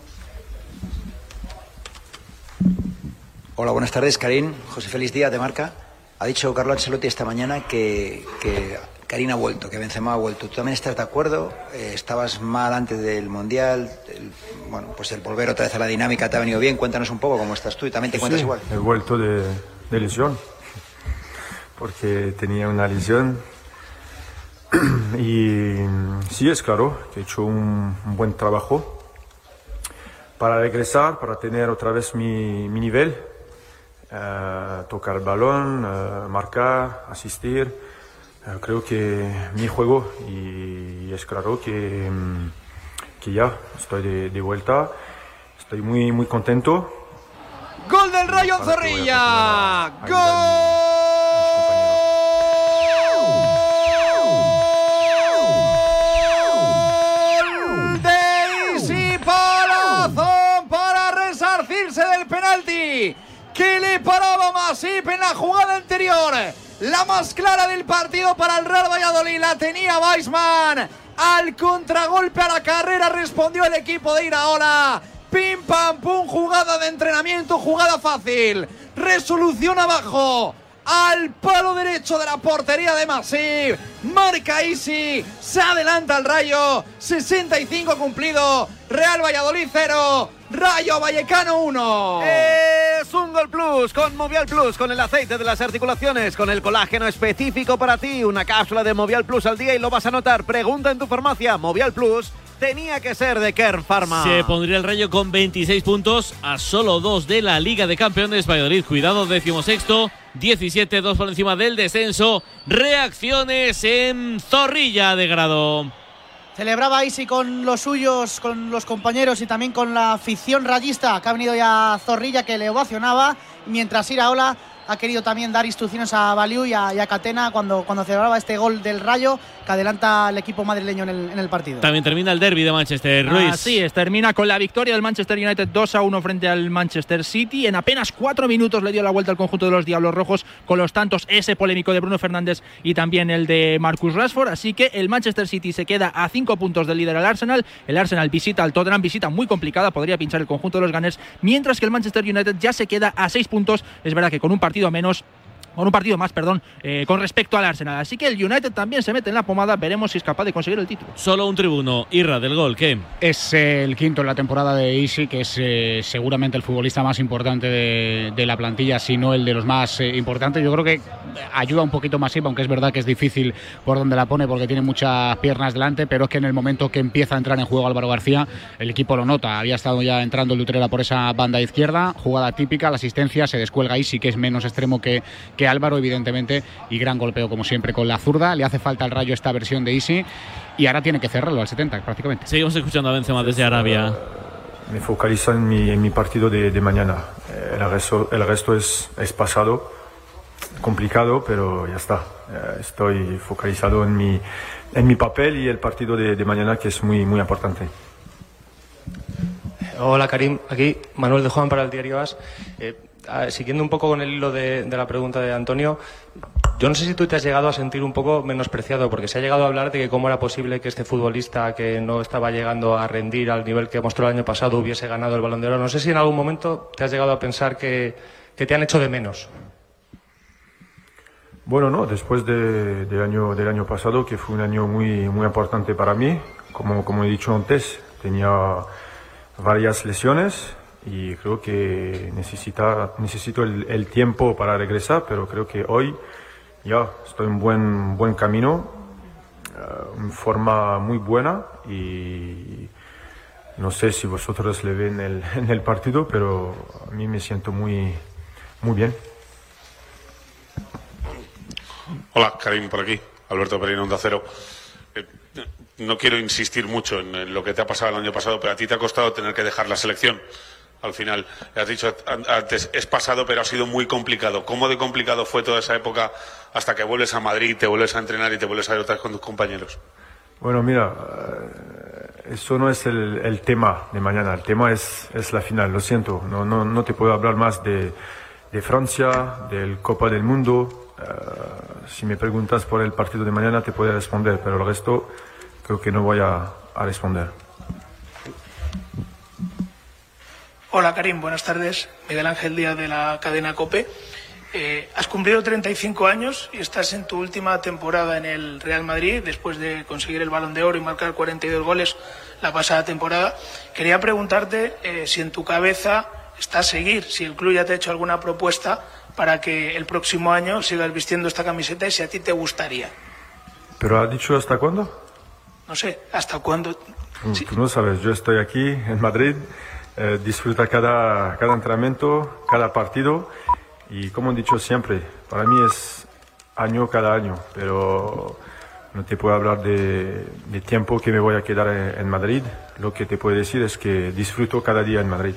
Hola, buenas tardes, Karim. José Félix Díaz de Marca. Ha dicho Carlo Ancelotti esta mañana que, que Karim ha vuelto, que Benzema ha vuelto. ¿Tú también estás de acuerdo? Eh, estabas mal antes del Mundial, el bueno, pues el volver otra vez a la dinámica te ha venido bien. Cuéntanos un poco cómo estás tú y también te Sí, cuentas igual. He vuelto de, de lesión, porque tenía una lesión. Y sí, es claro que he hecho un, un buen trabajo para regresar, para tener otra vez mi, mi nivel, eh, tocar el balón, eh, marcar, asistir. Eh, creo que mi juego, y, y es claro que, que ya estoy de, de vuelta, estoy muy, muy contento. Gol del Rayo Zorrilla. Gol de Isi Palazón para resarcirse del penalti que le paraba Masip en la jugada anterior. La más clara del partido para el Real Valladolid la tenía Weissman. Al contragolpe, a la carrera respondió el equipo de Iraola. Pim pam pum, jugada de entrenamiento, jugada fácil. Resolución abajo, al palo derecho de la portería de Masip. Marca Isi, se adelanta el Rayo. sesenta y cinco cumplido. Real Valladolid cero, Rayo Vallecano uno. Es un Gol Plus con Movial Plus, con el aceite de las articulaciones, con el colágeno específico para ti. Una cápsula de Movial Plus al día y lo vas a notar. Pregunta en tu farmacia. Movial Plus tenía que ser de Kern Pharma. Se pondría el Rayo con veintiséis puntos a solo dos de la Liga de Campeones. Valladolid, cuidado, decimosexto, diecisiete, dos por encima del descenso. Reacciones en Zorrilla de Grado. Celebraba Isi con los suyos, con los compañeros y también con la afición rayista que ha venido ya Zorrilla, que le ovacionaba, mientras Iraola ha querido también dar instrucciones a Baliu y a, y a Catena cuando, cuando celebraba este gol del Rayo que adelanta al equipo madrileño en el, en el partido. También termina el derbi de Manchester, Ruiz. Así es, termina con la victoria del Manchester United dos a uno frente al Manchester City. En apenas cuatro minutos le dio la vuelta al conjunto de los Diablos Rojos con los tantos, ese polémico de Bruno Fernández y también el de Marcus Rashford. Así que el Manchester City se queda a cinco puntos del líder al Arsenal. El Arsenal visita al Tottenham, visita muy complicada, podría pinchar el conjunto de los Gunners, mientras que el Manchester United ya se queda a seis puntos. Es verdad que con un partido menos con un partido más, perdón, eh, con respecto al Arsenal. Así que el United también se mete en la pomada. Veremos si es capaz de conseguir el título. Solo un tribuno. Irra, del gol, ¿qué? Es eh, el quinto en la temporada de Isi, que es eh, seguramente el futbolista más importante de, de la plantilla, si no el de los más eh, importantes. Yo creo que ayuda un poquito más, aunque es verdad que es difícil por donde la pone porque tiene muchas piernas delante, pero es que en el momento que empieza a entrar en juego Álvaro García, el equipo lo nota. Había estado ya entrando el Utrera por esa banda izquierda, jugada típica, la asistencia, se descuelga Isi, que es menos extremo que, que Álvaro, evidentemente, y gran golpeo como siempre con la zurda. Le hace falta al Rayo esta versión de Isi y ahora tiene que cerrarlo al setenta prácticamente. Seguimos escuchando a Benzema desde Arabia. Me focalizo en mi, en mi partido de, de mañana. El resto, el resto es, es pasado, complicado, pero ya está. Estoy focalizado en mi, en mi papel y el partido de, de mañana, que es muy, muy importante. Hola Karim, aquí Manuel de Juan para el Diario As. Eh, siguiendo un poco con el hilo de, de la pregunta de Antonio, yo no sé si tú te has llegado a sentir un poco menospreciado, porque se ha llegado a hablar de que cómo era posible que este futbolista que no estaba llegando a rendir al nivel que mostró el año pasado hubiese ganado el Balón de Oro. No sé si en algún momento te has llegado a pensar que, que te han hecho de menos. Bueno, no, después de, del, año, del año pasado, que fue un año muy, muy importante para mí, como, como he dicho antes, tenía varias lesiones y creo que necesita, necesito el, el tiempo para regresar, pero creo que hoy ya estoy en buen, buen camino, uh, en forma muy buena, y no sé si vosotros le ven el, en el partido, pero a mí me siento muy, muy bien. Hola, Karim, por aquí, Alberto Pereira, Onda Cero. Eh, no quiero insistir mucho en, en lo que te ha pasado el año pasado, pero a ti te ha costado tener que dejar la selección. Al final, has dicho antes, es pasado, pero ha sido muy complicado. ¿Cómo de complicado fue toda esa época hasta que vuelves a Madrid, te vuelves a entrenar y te vuelves a ver otra vez con tus compañeros? Bueno, mira, eso no es el, el tema de mañana. El tema es, es la final, lo siento. No, no, no te puedo hablar más de, de Francia, del Copa del Mundo. Uh, si me preguntas por el partido de mañana te puedo responder, pero el resto creo que no voy a, a responder. Hola Karim, buenas tardes. Miguel Ángel Díaz de la cadena COPE. Eh, has cumplido treinta y cinco años y estás en tu última temporada en el Real Madrid después de conseguir el Balón de Oro y marcar cuarenta y dos goles la pasada temporada. Quería preguntarte eh, si en tu cabeza está seguir, si el club ya te ha hecho alguna propuesta para que el próximo año sigas vistiendo esta camiseta y si a ti te gustaría. ¿Pero ha dicho hasta cuándo? No sé, ¿hasta cuándo? Tú, Sí. tú no sabes, yo estoy aquí en Madrid, eh, disfruta cada, cada entrenamiento, cada partido y como he dicho siempre, para mí es año cada año, pero no te puedo hablar de, de tiempo que me voy a quedar en, en Madrid. Lo que te puedo decir es que disfruto cada día en Madrid.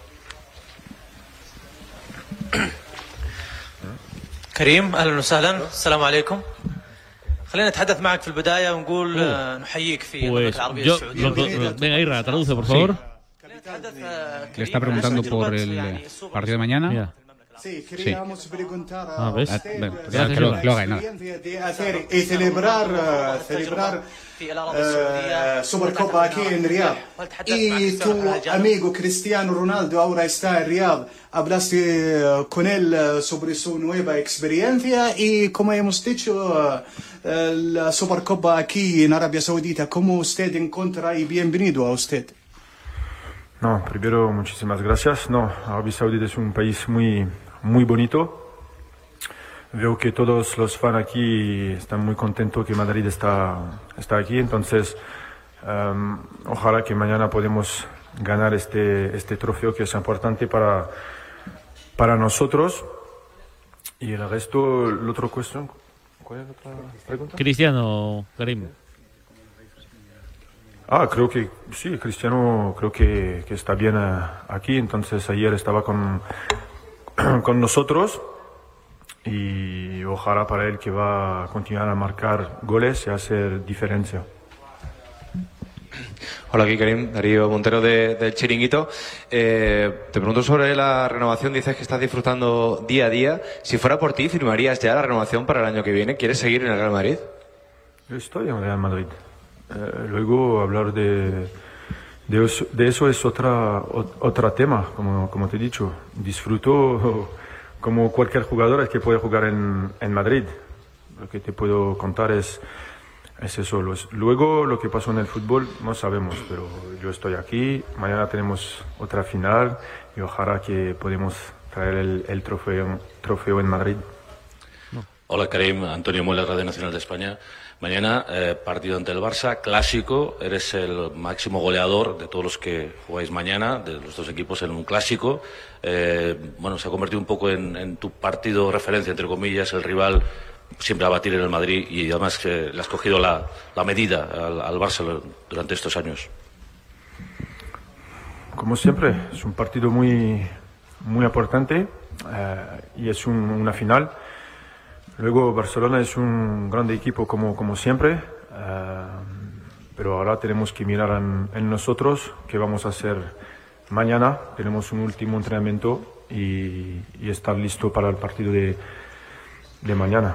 كريم اهلا وسهلا السلام عليكم خلينا نتحدث معك في البدايه ونقول آه، نحييك في المملكه Pues العربيه yo, السعوديه lo- lo- venga, Irra, traduce, por favor. Le está preguntando por el partido de mañana. Mira. Sì, queríamos preguntar a Ah, ¿ves? usted Ven, eh, ya, que lo- que lo haga, nada. de hacer y celebrar, eh, celebrar eh, Supercopa aquí en Riyadh. Y tu amigo Cristiano Ronaldo ahora está en Riyadh. Hablaste eh, con él eh, sobre su nueva experiencia y como hemos dicho, eh, eh, la Supercopa aquí en Arabia Saudita, ¿cómo usted encuentra y bienvenido a usted? No, primero muchísimas gracias. No, Arabia Saudita es un país muy, muy bonito. Veo que todos los fans aquí están muy contentos que Madrid está, está aquí. Entonces, um, ojalá que mañana podamos ganar este, este trofeo que es importante para, para nosotros. Y el resto, la otra cuestión. ¿Cuál es la otra pregunta? Cristiano, Karim. Ah, creo que sí, Cristiano creo que, que está bien eh, aquí. Entonces ayer estaba con, con nosotros y ojalá para él que va a continuar a marcar goles y a hacer diferencia. Hola, aquí Karim, Darío Montero de, del Chiringuito. Eh, te pregunto sobre la renovación. Dices que estás disfrutando día a día. Si fuera por ti, ¿firmarías ya la renovación para el año que viene? ¿Quieres seguir en el Real Madrid? Yo estoy en Real Madrid. Eh, luego hablar de, de, eso, de eso es otra, ot- otro tema, como, como te he dicho. Disfruto como cualquier jugador que puede jugar en, en Madrid. Lo que te puedo contar es, es eso. Los- luego lo que pasó en el fútbol no sabemos, pero yo estoy aquí. Mañana tenemos otra final y ojalá que podamos traer el, el trofeo, trofeo en Madrid. Hola Karim, Antonio Mueller, Radio Nacional de España. Mañana eh, partido ante el Barça, clásico, eres el máximo goleador de todos los que jugáis mañana, de los dos equipos en un clásico. Eh, bueno, se ha convertido un poco en, en tu partido referencia, entre comillas, el rival siempre a batir en el Madrid y además que le has cogido la, la medida al, al Barça durante estos años. Como siempre, es un partido muy, muy importante eh, y es un- una final. Luego Barcelona es un grande equipo como, como siempre, eh, pero ahora tenemos que mirar en, en nosotros qué vamos a hacer mañana. Tenemos un último entrenamiento y, y estar listo para el partido de, de mañana.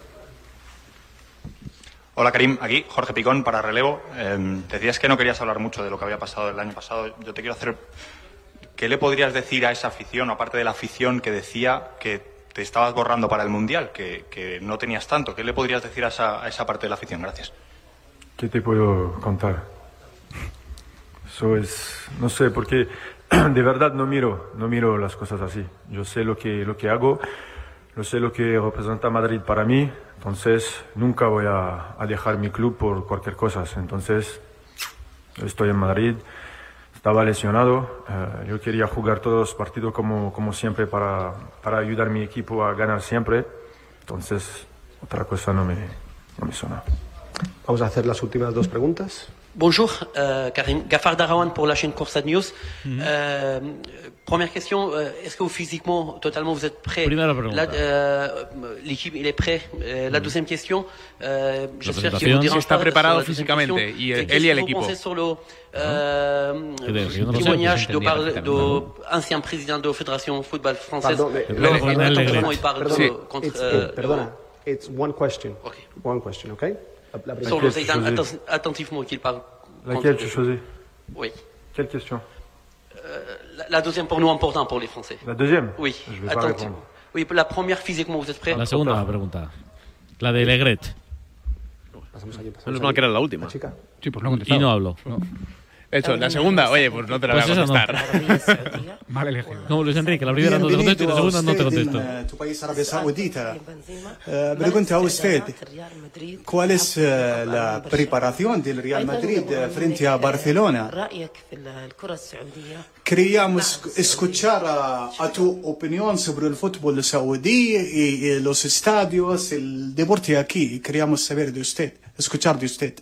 Hola Karim, aquí Jorge Picón para Relevo. Eh, decías que no querías hablar mucho de lo que había pasado el año pasado. Yo te quiero hacer... ¿Qué le podrías decir a esa afición, aparte de la afición que decía que te estabas borrando para el Mundial, que, que no tenías tanto? ¿Qué le podrías decir a esa, a esa parte de la afición? Gracias. ¿Qué te puedo contar? Eso es, no sé, porque de verdad no miro, no miro las cosas así. Yo sé lo que, lo que hago, yo sé lo que representa Madrid para mí, entonces nunca voy a, a dejar mi club por cualquier cosa. Entonces, estoy en Madrid, estaba lesionado, eh, yo quería jugar todos los partidos como, como siempre para, para ayudar a mi equipo a ganar siempre, entonces otra cosa no me, no me suena. Vamos a hacer las últimas dos preguntas. Bonjour, euh, Karim. Gafar Darawan pour la chaîne Course News. Euh, première question, euh, est-ce que vous physiquement, totalement, vous êtes prêt? Primera pregunta. La- euh, L'équipe, il est prêt. Euh, la deuxième question, euh, j'espère que presentación. vous dérange Si está pas preparado sur la deuxième físicamente, question. y C'est él qu'est-ce y el que vous equipo. pensez sur le euh, Que de- yo no lo sé, témoignage pues de, entendía par- perfectamente. de ancien président de la Fédération Football Française? Pardon, mais- Lors- Pardon, lors- Alegre. comment il parle de- Sí. contre, It's- euh, eh, perdona, it's one question. One question, okay? La, la sur le Zidane, atten- attentivement qu'il parle. Laquelle contre- tu choisis? Oui. Quelle question? La, la deuxième pour nous importante pour les Français. La deuxième? Oui. Je vais pas Attentivement. répondre. Oui, la première physiquement, vous êtes prêts? La segunda pregunta. La de Legret. Pasamos allí, pasamos Menos mal allí. que era la última. La chica. Sí, pues no he Y contestado. no hablo. Hecho, la segunda, oye, pues no te la Pues voy a esa contestar. Mal elegido. Como Luis Enrique, la primera no te contesto y la segunda no te contesto. En tu país Arabia Saudita. Eh, pregunta a usted, ¿cuál es eh, la preparación del Real Madrid eh, frente a Barcelona? Queríamos escuchar a, a tu opinión sobre el fútbol saudí y, y los estadios, el deporte aquí. Queríamos saber de usted, escuchar de usted.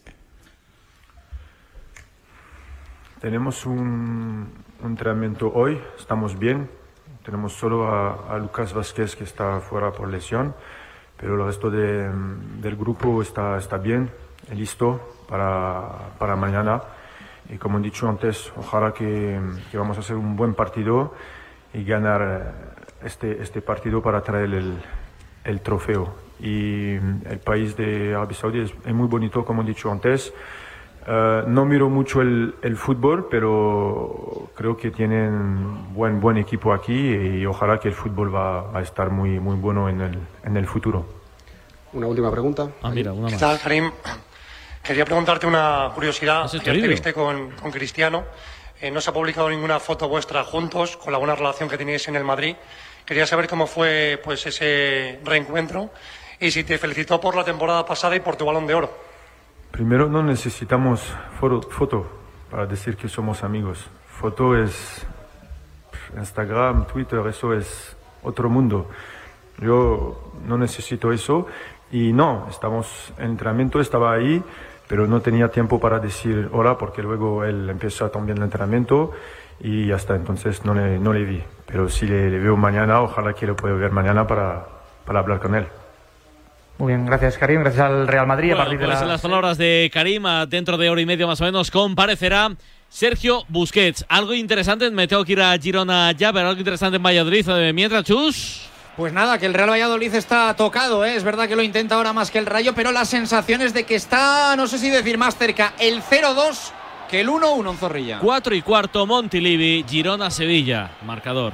Tenemos un, un entrenamiento hoy, estamos bien. Tenemos solo a, a Lucas Vázquez que está fuera por lesión, pero el resto de, del grupo está, está bien, listo para, para mañana. Y como he dicho antes, ojalá que, que vamos a hacer un buen partido y ganar este, este partido para traer el, el trofeo. Y el país de Arabia Saudí es, es muy bonito, como he dicho antes. Uh, no miro mucho el, el fútbol, pero creo que tienen buen buen equipo aquí y ojalá que el fútbol va, va a estar muy muy bueno en el, en el futuro. Una última pregunta. Ah, mira, una ¿Qué más. tal, Karim? Quería preguntarte una curiosidad. ¿Has Ayer te escrito? viste con, con Cristiano. Eh, no se ha publicado ninguna foto vuestra juntos, con la buena relación que teníais en el Madrid. Quería saber cómo fue pues ese reencuentro y si te felicitó por la temporada pasada y por tu Balón de Oro. Primero, no necesitamos foto, foto para decir que somos amigos. Foto es Instagram, Twitter, eso es otro mundo. Yo no necesito eso y no, estamos en entrenamiento, estaba ahí, pero no tenía tiempo para decir hola porque luego él empezó también el entrenamiento y hasta entonces no le, no le vi. Pero si le, le veo mañana, ojalá que lo pueda ver mañana para, para hablar con él. Muy bien, gracias Karim, gracias al Real Madrid. Bueno, a partir pues de la... en las palabras de Karim, dentro de hora y media más o menos, comparecerá Sergio Busquets. Algo interesante, me tengo que ir a Girona ya, pero algo interesante en Valladolid. Mientras, Chus... Pues nada, que el Real Valladolid está tocado, ¿eh? Es verdad que lo intenta ahora más que el Rayo, pero la sensación es de que está, no sé si decir más cerca, el cero dos que el uno uno en Zorrilla. Cuatro y cuarto, Montilivi, Girona-Sevilla, marcador.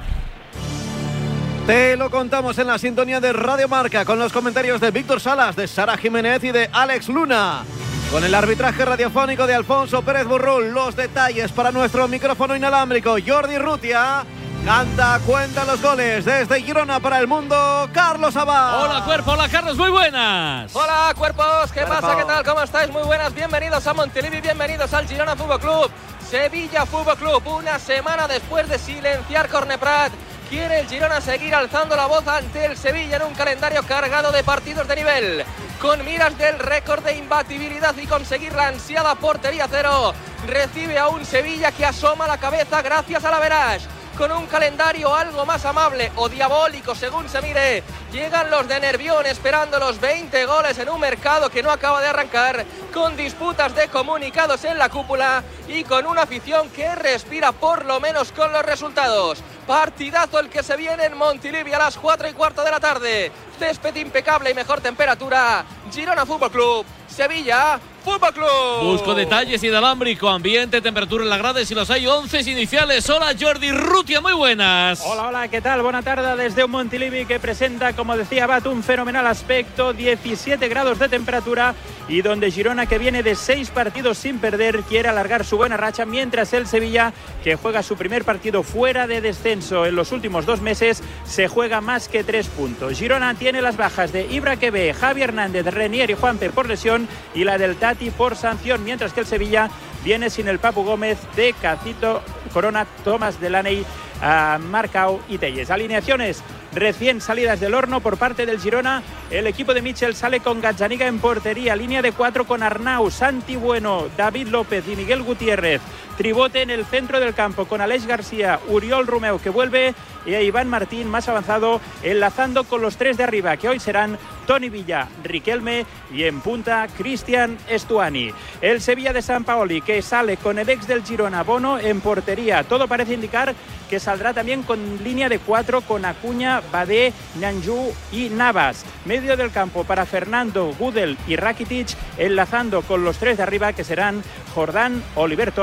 Te lo contamos en la sintonía de Radio Marca con los comentarios de Víctor Salas, de Sara Jiménez y de Alex Luna. Con el arbitraje radiofónico de Alfonso Pérez Burrul, los detalles para nuestro micrófono inalámbrico Jordi Rutia. Canta, cuenta los goles desde Girona para el mundo, Carlos Abad. Hola cuerpo, hola Carlos, muy buenas. Hola cuerpos, ¿qué Cuerpo. pasa? ¿Qué tal? ¿Cómo estáis? Muy buenas, bienvenidos a Montilivi, bienvenidos al Girona Fútbol Club. Sevilla Fútbol Club, una semana después de silenciar Corneprat, quiere el Girona seguir alzando la voz ante el Sevilla en un calendario cargado de partidos de nivel, con miras del récord de imbatibilidad y conseguir la ansiada portería cero. Recibe a un Sevilla que asoma la cabeza gracias a la Verage. Con un calendario algo más amable o diabólico según se mire, llegan los de Nervión esperando los veinte goles en un mercado que no acaba de arrancar, con disputas de comunicados en la cúpula y con una afición que respira por lo menos con los resultados. Partidazo el que se viene en Montilivi a las cuatro y cuarto de la tarde. Césped impecable y mejor temperatura. Girona Fútbol Club, Sevilla Fútbol Club. Busco detalles inalámbrico, ambiente, temperatura en la grada, si los hay, once iniciales. Hola Jordi Rutia, muy buenas. Hola, hola, ¿qué tal? Buena tarde desde un Montilivi que presenta, como decía Bat, un fenomenal aspecto, diecisiete grados de temperatura y donde Girona, que viene de seis partidos sin perder, quiere alargar su buena racha, mientras el Sevilla, que juega su primer partido fuera de descenso en los últimos dos meses, se juega más que tres puntos. Girona tiene las bajas de Ibra Quebe, Javi Hernández, Renier y Juanpe por lesión y la del Tati por sanción, mientras que el Sevilla viene sin el Papu Gómez, de Cacito, Corona, Tomás Delaney, a Marcao y Telles. Alineaciones recién salidas del horno por parte del Girona. El equipo de Michel sale con Gazzaniga en portería, línea de cuatro con Arnau, Santi Bueno, David López y Miguel Gutiérrez. Tribote en el centro del campo con Aleix García, Uriol Romeu, que vuelve, y a Iván Martín más avanzado, enlazando con los tres de arriba, que hoy serán Toni Villa, Riquelme y en punta Cristian Estuani. El Sevilla de Sampaoli, que sale con el ex del Girona, Bono, en portería. Todo parece indicar que saldrá también con línea de cuatro con Acuña, Badé, Nanju y Navas. Medio del campo para Fernando, Gudel y Rakitic, enlazando con los tres de arriba, que serán Jordán, Oliver Torres y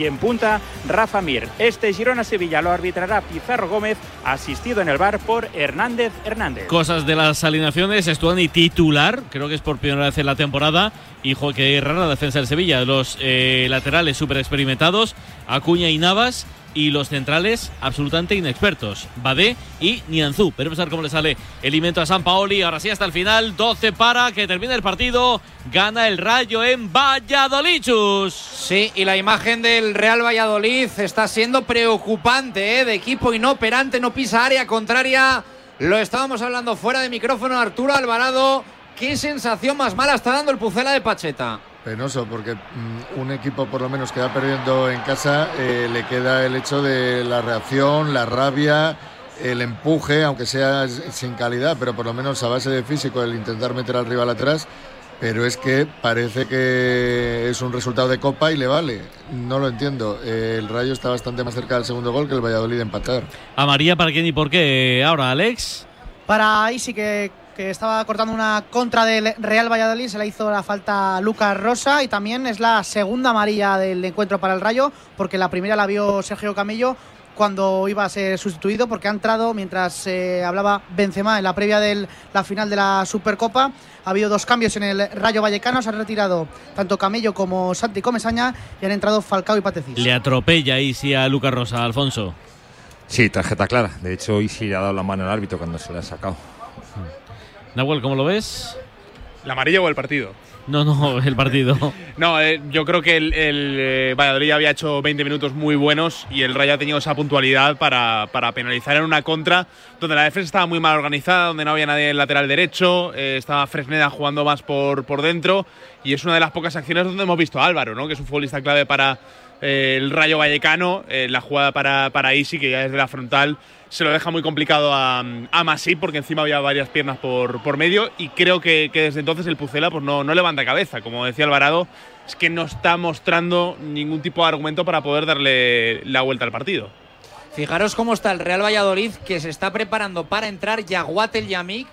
y en punta Rafa Mir. Este Girona-Sevilla lo arbitrará Pizarro Gómez, asistido en el V A R por Hernández Hernández. Cosas de las alineaciones, Estuani titular, creo que es por primera vez en la temporada, y que rara la defensa del Sevilla. Los eh, laterales súper experimentados, Acuña y Navas, y los centrales absolutamente inexpertos, Badé y Nianzú. Veremos a ver cómo le sale el invento a Sampaoli. Ahora sí, hasta el final, doce para que termine el partido. Gana el Rayo en Valladolid. Chus. Sí, y la imagen del Real Valladolid está siendo preocupante, ¿eh? De equipo inoperante, no pisa área contraria. Lo estábamos hablando fuera de micrófono, Arturo Alvarado. ¿Qué sensación más mala está dando el Pucela de Pacheta? Penoso, porque mmm, un equipo por lo menos que va perdiendo en casa, eh, le queda el hecho de la reacción, la rabia, el empuje, aunque sea sin calidad, pero por lo menos a base de físico, el intentar meter al rival atrás. Pero es que parece que es un resultado de Copa y le vale. No lo entiendo. Eh, el Rayo está bastante más cerca del segundo gol que el Valladolid de empatar. ¿A María para quién y por qué? Ahora, Alex. Para ahí sí que... que estaba cortando una contra del Real Valladolid, se le hizo la falta a Lucas Rosa, y también es la segunda amarilla del encuentro para el Rayo, porque la primera la vio Sergio Camello cuando iba a ser sustituido, porque ha entrado mientras eh, hablaba Benzema en la previa de la final de la Supercopa. Ha habido dos cambios en el Rayo Vallecano, se han retirado tanto Camello como Santi Comesaña y han entrado Falcao y Patecís. Le atropella Isi a Lucas Rosa, Alfonso. Sí, tarjeta clara. De hecho, Isi le ha dado la mano al árbitro cuando se la ha sacado. Nahuel, ¿cómo lo ves? ¿La amarilla o el partido? No, no, el partido. no, eh, yo creo que el, el eh, Valladolid había hecho veinte minutos muy buenos y el Rayo ha tenido esa puntualidad para, para penalizar en una contra donde la defensa estaba muy mal organizada, donde no había nadie en el lateral derecho, eh, estaba Fresneda jugando más por, por dentro, y es una de las pocas acciones donde hemos visto a Álvaro, ¿no? Que es un futbolista clave para eh, el Rayo Vallecano, eh, la jugada para, para Isi, que ya desde la frontal se lo deja muy complicado a, a Masip, porque encima había varias piernas por, por medio, y creo que, que desde entonces el Pucela pues no, no levanta cabeza. Como decía Alvarado, es que no está mostrando ningún tipo de argumento para poder darle la vuelta al partido. Fijaros cómo está el Real Valladolid, que se está preparando para entrar Yaguat El Yamik,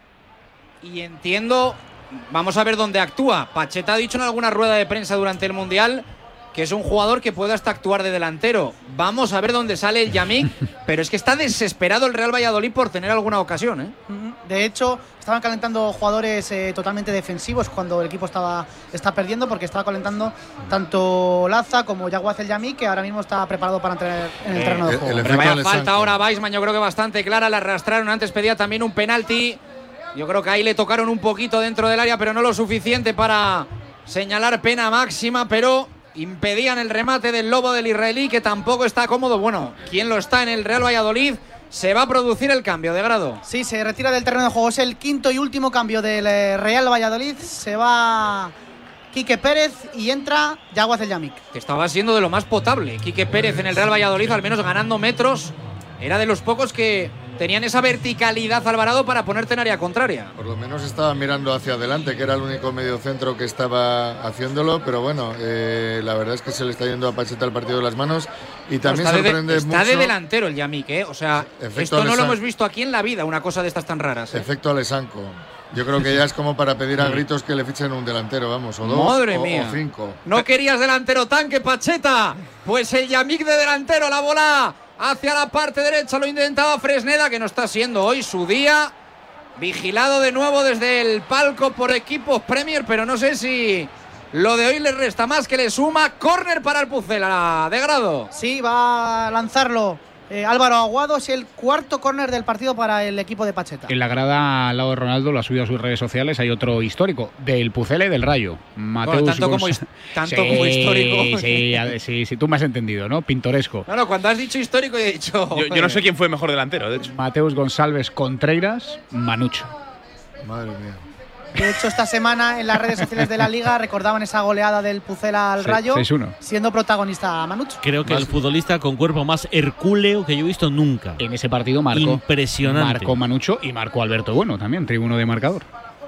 y entiendo, vamos a ver dónde actúa. Pacheta ha dicho en alguna rueda de prensa durante el Mundial que es un jugador que puede hasta actuar de delantero. Vamos a ver dónde sale el Yamik, pero es que está desesperado el Real Valladolid por tener alguna ocasión, ¿eh? De hecho, estaban calentando jugadores eh, totalmente defensivos cuando el equipo estaba está perdiendo, porque estaba calentando tanto Laza como Yaguaz El Yamik, que ahora mismo está preparado para entrar en el terreno de juego. Pero vaya falta ahora Weissman, yo creo que bastante clara, la arrastraron, antes pedía también un penalti. Yo creo que ahí le tocaron un poquito dentro del área, pero no lo suficiente para señalar pena máxima, pero impedían el remate del lobo del israelí, que tampoco está cómodo. Bueno, ¿quién lo está en el Real Valladolid? Se va a producir el cambio de grado. Sí, se retira del terreno de juego. Es el quinto y último cambio del Real Valladolid. Se va Quique Pérez y entra Yaguaz El Yamik. Que estaba siendo de lo más potable Quique Pérez en el Real Valladolid, al menos ganando metros. Era de los pocos que tenían esa verticalidad, Alvarado, para ponerte en área contraria. Por lo menos estaba mirando hacia adelante, que era el único mediocentro que estaba haciéndolo, pero bueno, eh, la verdad es que se le está yendo a Pacheta el partido de las manos, y también está sorprende de, está mucho. Está de delantero el Yamik, ¿eh? O sea, Efecto esto no Alesan... lo hemos visto aquí en la vida, una cosa de estas tan raras, ¿eh? Efecto Alesanco. Yo creo que ya es como para pedir a gritos que le fichen un delantero, vamos, o dos, Madre o, mía. o cinco. ¿No querías delantero tanque, Pacheta? Pues el Yamik de delantero, la bola hacia la parte derecha, lo intentaba Fresneda, que no está siendo hoy su día. Vigilado de nuevo desde el palco por equipos Premier, pero no sé si lo de hoy le resta más que le suma. Córner para el Pucela, de grado. Sí, va a lanzarlo eh, Álvaro Aguado. Es el cuarto córner del partido para el equipo de Pacheta. En la grada al lado de Ronaldo, lo ha subido a sus redes sociales, hay otro histórico del Pucela y del Rayo. Mateus bueno, tanto como, Gons... tanto sí, como histórico. Sí, sí, sí, tú me has entendido, ¿no? Pintoresco. No, no, cuando has dicho histórico he dicho... Yo, yo no sé quién fue mejor delantero, de hecho. Mateus González Contreiras, Manucho. Madre mía. De hecho, esta semana en las redes sociales de la Liga recordaban esa goleada del Pucela al Rayo, seis uno. Siendo protagonista Manucho. Creo que más, el futbolista con cuerpo más hercúleo que yo he visto nunca. En ese partido marcó. Impresionante. Marcó Manucho y marcó Alberto Bueno también, tribuno de marcador.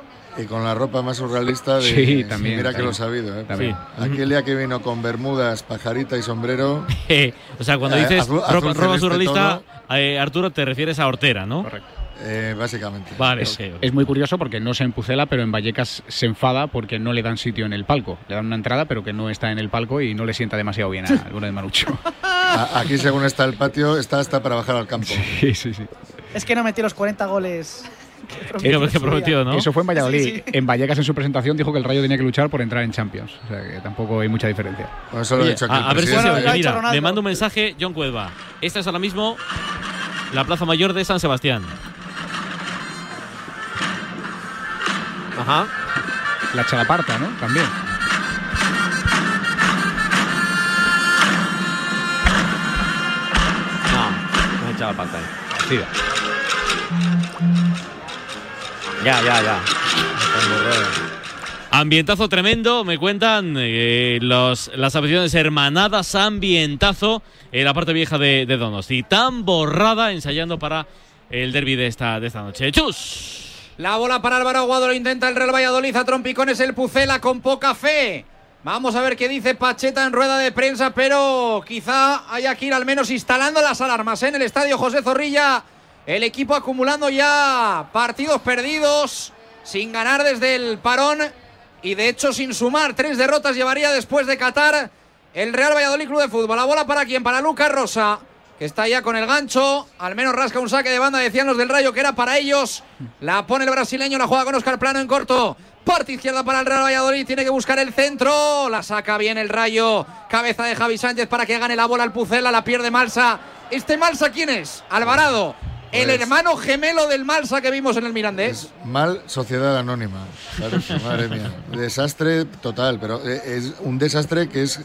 Y con la ropa más surrealista de... Sí, también. Mira también. que lo he sabido, ¿eh? También. Sí. Aquel día que vino con bermudas, pajarita y sombrero... o sea, cuando dices eh, azul, ropa, azul ropa surrealista, eh, Arturo, te refieres a Hortera, ¿no? Correcto. eh, básicamente. Vale, es, okay, okay. es muy curioso porque no se empucela, pero en Vallecas se enfada porque no le dan sitio en el palco. Le dan una entrada, pero que no está en el palco y no le sienta demasiado bien a alguno de Manucho. A, aquí, según está el patio, está hasta para bajar al campo. Sí, sí, sí. Es que no metió los cuarenta goles. Que que prometió, ¿no? Eso fue en Valladolid. Sí, sí. En Vallecas, en su presentación, dijo que el Rayo tenía que luchar por entrar en Champions. O sea, que tampoco hay mucha diferencia. Bueno, eso lo he Oye, dicho aquí a, el a ver si presidente. se oye. Mira, me manda un mensaje John Cuelva. Esta es ahora mismo la Plaza Mayor de San Sebastián. Ajá. La Chalaparta, ¿no? También. No, no he echado la pantalla. Sí. Ya, ya, ya. Ambientazo tremendo, me cuentan eh, los, las aficiones hermanadas, ambientazo en la parte vieja de, de Donosti. Tan borrada ensayando para el derbi de esta, de esta noche. ¡Chus! La bola para Álvaro Aguado, lo intenta el Real Valladolid, a trompicones el Pucela con poca fe. Vamos a ver qué dice Pacheta en rueda de prensa, pero quizá haya que ir al menos instalando las alarmas, ¿eh? En el estadio José Zorrilla. El equipo acumulando ya partidos perdidos, sin ganar desde el parón y de hecho sin sumar. Tres derrotas llevaría después de Qatar el Real Valladolid Club de Fútbol. La bola para quién, para Lucas Rosa, que está ya con el gancho, al menos rasca un saque de banda, decían los del Rayo que era para ellos. La pone el brasileño, la juega con Óscar Plano en corto. Parte izquierda para el Real Valladolid, tiene que buscar el centro, la saca bien el Rayo. Cabeza de Javi Sánchez para que gane la bola al Pucela, la pierde Malsa. ¿Este Malsa quién es? Alvarado. El Pues, hermano gemelo del Malsa que vimos en el Mirandés. Mal sociedad anónima. Claro, madre mía. Desastre total, pero es un desastre que es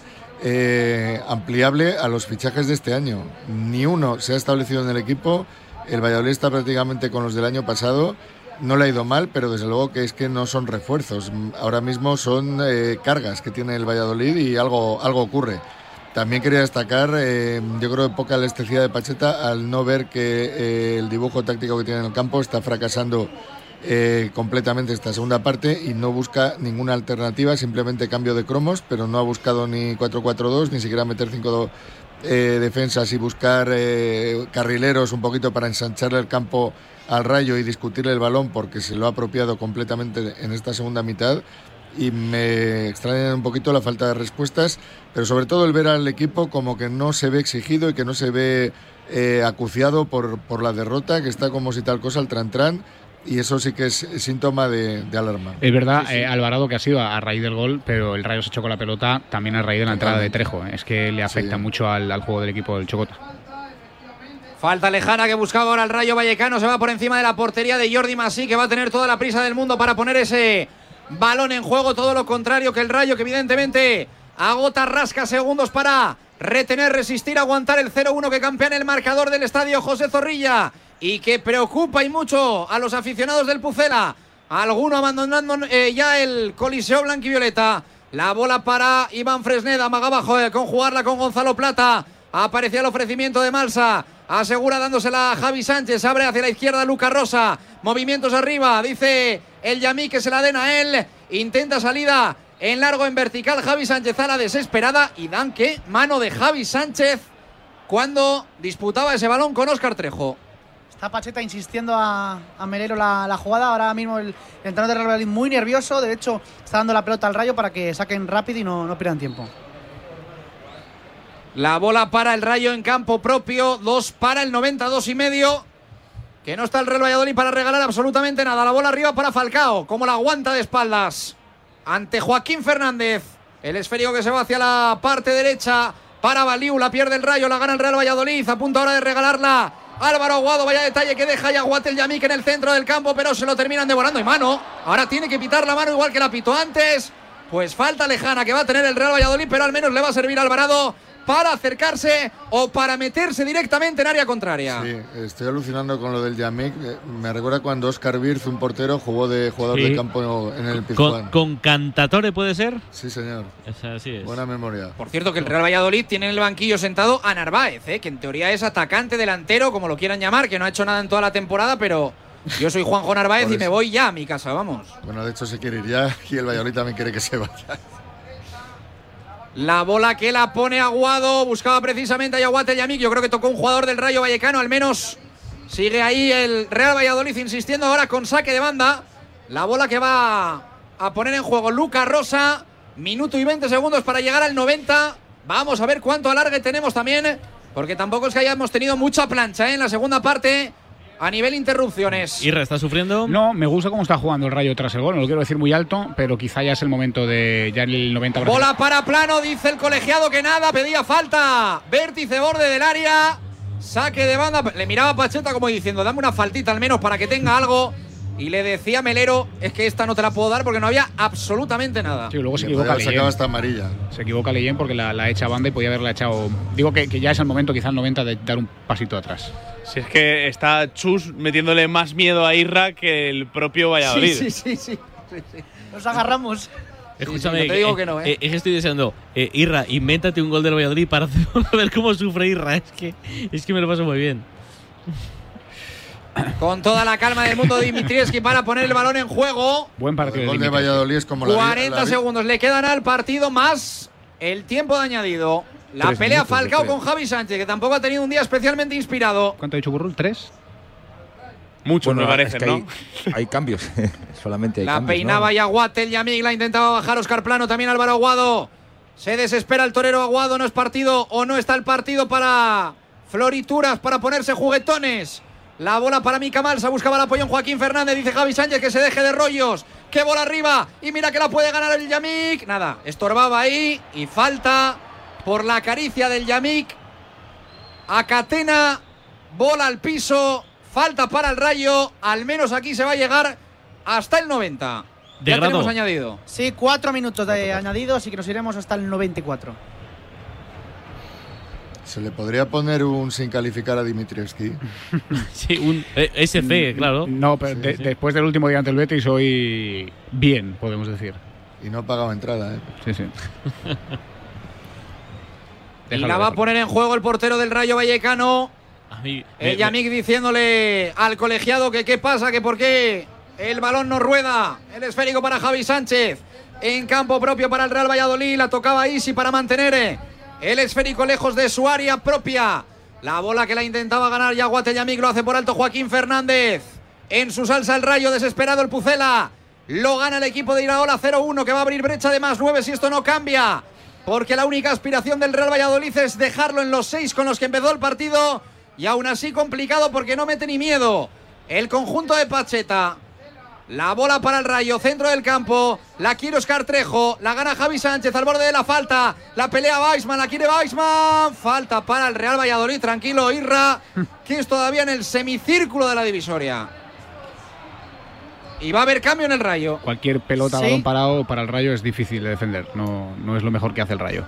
eh, ampliable a los fichajes de este año. Ni uno se ha establecido en el equipo. El Valladolid está prácticamente con los del año pasado. No le ha ido mal, pero desde luego que es que no son refuerzos. Ahora mismo son eh, cargas que tiene el Valladolid y algo, algo ocurre. También quería destacar, eh, yo creo, poca elasticidad de Pacheta al no ver que eh, el dibujo táctico que tiene en el campo está fracasando eh, completamente esta segunda parte y no busca ninguna alternativa, simplemente cambio de cromos, pero no ha buscado ni cuatro cuatro dos, ni siquiera meter cinco eh, defensas y buscar eh, carrileros un poquito para ensancharle el campo al Rayo y discutirle el balón porque se lo ha apropiado completamente en esta segunda mitad. Y me extraña un poquito la falta de respuestas, pero sobre todo el ver al equipo como que no se ve exigido y que no se ve eh, acuciado por, por la derrota, que está como si tal cosa al tran-tran, y eso sí que es síntoma de, de alarma. Es verdad, sí, sí. Eh, Alvarado, que ha sido a raíz del gol, pero el Rayo se echó con la pelota también a raíz de la entrada de Trejo. Es que le afecta sí. mucho al, al juego del equipo del Chocota. Falta lejana que buscaba ahora el Rayo Vallecano, se va por encima de la portería de Jordi Masí, que va a tener toda la prisa del mundo para poner ese balón en juego, todo lo contrario que el Rayo, que evidentemente agota, rasca segundos para retener, resistir, aguantar el cero uno que campea en el marcador del estadio José Zorrilla y que preocupa y mucho a los aficionados del Pucela. Alguno abandonando eh, ya el Coliseo blanquivioleta. La bola para Iván Fresneda, amagaba eh, con jugarla con Gonzalo Plata. Aparecía el ofrecimiento de Malsa. Asegura dándosela a Javi Sánchez. Abre hacia la izquierda Lucas Rosa. Movimientos arriba. Dice el Yamí que se la den a él. Intenta salida en largo, en vertical. Javi Sánchez a la desesperada. Y dan que mano de Javi Sánchez cuando disputaba ese balón con Óscar Trejo. Está Pacheta insistiendo a, a Melero la, la jugada. Ahora mismo el, el entrenador de Real Valladolid muy nervioso. De hecho, está dando la pelota al Rayo para que saquen rápido y no, no pierdan tiempo. La bola para el Rayo en campo propio, dos para el noventa, dos y medio. Que no está el Real Valladolid para regalar absolutamente nada. La bola arriba para Falcao, como la aguanta de espaldas ante Joaquín Fernández. El esférico que se va hacia la parte derecha para Baliu, la pierde el Rayo, la gana el Real Valladolid. A punto ahora de regalarla Álvaro Aguado, vaya detalle que deja Yaguate el Yamik en el centro del campo, pero se lo terminan devorando. Y mano, ahora tiene que pitar la mano igual que la pitó antes. Pues falta lejana que va a tener el Real Valladolid, pero al menos le va a servir a Alvarado para acercarse o para meterse directamente en área contraria. Sí, estoy alucinando con lo del Yamik. Me recuerda cuando Óscar Birz, un portero, jugó de jugador sí. de campo en el Pizjuán. ¿Con, ¿Con Cantatore puede ser? Sí, señor. Así es. Buena memoria. Por cierto, que el Real Valladolid tiene en el banquillo sentado a Narváez, ¿eh? que en teoría es atacante, delantero, como lo quieran llamar, que no ha hecho nada en toda la temporada, pero yo soy Juanjo Narváez y me voy ya a mi casa, vamos. Bueno, de hecho se quiere ir ya y el Valladolid también quiere que se vaya. La bola que la pone Aguado, buscaba precisamente a Yaguate Yamik. Yo creo que tocó un jugador del Rayo Vallecano, al menos Sigue ahí el Real Valladolid insistiendo ahora con saque de banda. La bola que va a poner en juego Lucas Rosa. Minuto y veinte segundos para llegar al noventa. Vamos a ver cuánto alargue tenemos también, porque tampoco es que hayamos tenido mucha plancha, ¿eh? En la segunda parte a nivel interrupciones. ¿Irra está sufriendo? No, me gusta cómo está jugando el Rayo tras el gol. No lo quiero decir muy alto, pero quizá ya es el momento de ya en el noventa. Bola para Plano, dice el colegiado que nada, pedía falta. Vértice borde del área. Saque de banda. Le miraba a Pacheta como diciendo, dame una faltita al menos para que tenga algo. Y le decía Melero, es que esta no te la puedo dar porque no había absolutamente nada. Sí, luego se equivoca Leyen. hasta amarilla. Se equivoca Leyen porque la, la echa banda y podía haberla echado. Digo que, que ya es el momento, quizá el noventa, de dar un pasito atrás. Si es que está Chus metiéndole más miedo a Irra que el propio Valladolid. Sí, sí, sí, sí, sí, sí. Nos agarramos. Escúchame, sí, sí, no te digo eh, que no, ¿eh? eh, es que estoy deseando. Eh, Irra, invéntate un gol del Valladolid para ver cómo sufre Irra. Es que, es que me lo paso muy bien. Con toda la calma del mundo, Dimitrievski para poner el balón en juego. Buen partido. El gol de Valladolid es como la cuarenta la, segundos le quedan al partido más el tiempo de añadido. La Tres pelea minutos, Falcao yo creo. con Javi Sánchez, que tampoco ha tenido un día especialmente inspirado. ¿Cuánto ha dicho Burrul? ¿Tres? Muchos Bueno, me parece, es que ¿no? Hay, hay cambios, solamente hay La cambios. peinaba ¿no? y Aguate, el Yamik la intentaba bajar Oscar Plano, también Álvaro Aguado. Se desespera el torero Aguado, no es partido o no está el partido para florituras, para ponerse juguetones. La bola para Mica Malsa, buscaba el apoyo en Joaquín Fernández, dice Javi Sánchez que se deje de rollos. ¡Qué bola arriba! Y mira que la puede ganar el Yamik. Nada, estorbaba ahí y falta por la caricia del Yamik. A Catena, bola al piso, falta para el Rayo. Al menos aquí se va a llegar hasta el noventa. De ya grado. tenemos añadido. Sí, cuatro minutos de añadido, así que nos iremos hasta el noventa y cuatro. Se le podría poner un sin calificar a Dimitrievski. Sí, un eh, S C, claro. No, pero Sí, de- sí. después del último día ante el Betis hoy bien, podemos decir. Y no pagaba entrada, ¿eh? Sí, sí. Y Déjalo, la va a déjalo. poner en juego el portero del Rayo Vallecano. A mí, El me- Yamik diciéndole al colegiado que qué pasa, que por qué el balón no rueda. El esférico para Javi Sánchez. En campo propio para el Real Valladolid. La tocaba Isi para mantener eh, el esférico lejos de su área propia. La bola que la intentaba ganar Yaguate Yamik lo hace por alto Joaquín Fernández. En su salsa el Rayo, desesperado el Pucela. Lo gana el equipo de Iraola cero uno, que va a abrir brecha de más nueve si esto no cambia. Porque la única aspiración del Real Valladolid es dejarlo en los seis con los que empezó el partido. Y aún así complicado porque no mete ni miedo el conjunto de Pacheta. La bola para el Rayo, centro del campo. La quiere Oscar Trejo, la gana Javi Sánchez al borde de la falta. La pelea Weissman, la quiere Weissman. Falta para el Real Valladolid, tranquilo Irra, que es todavía en el semicírculo de la divisoria. Y va a haber cambio en el Rayo. Cualquier pelota, Sí. balón parado para el Rayo es difícil de defender. No, no es lo mejor que hace el Rayo.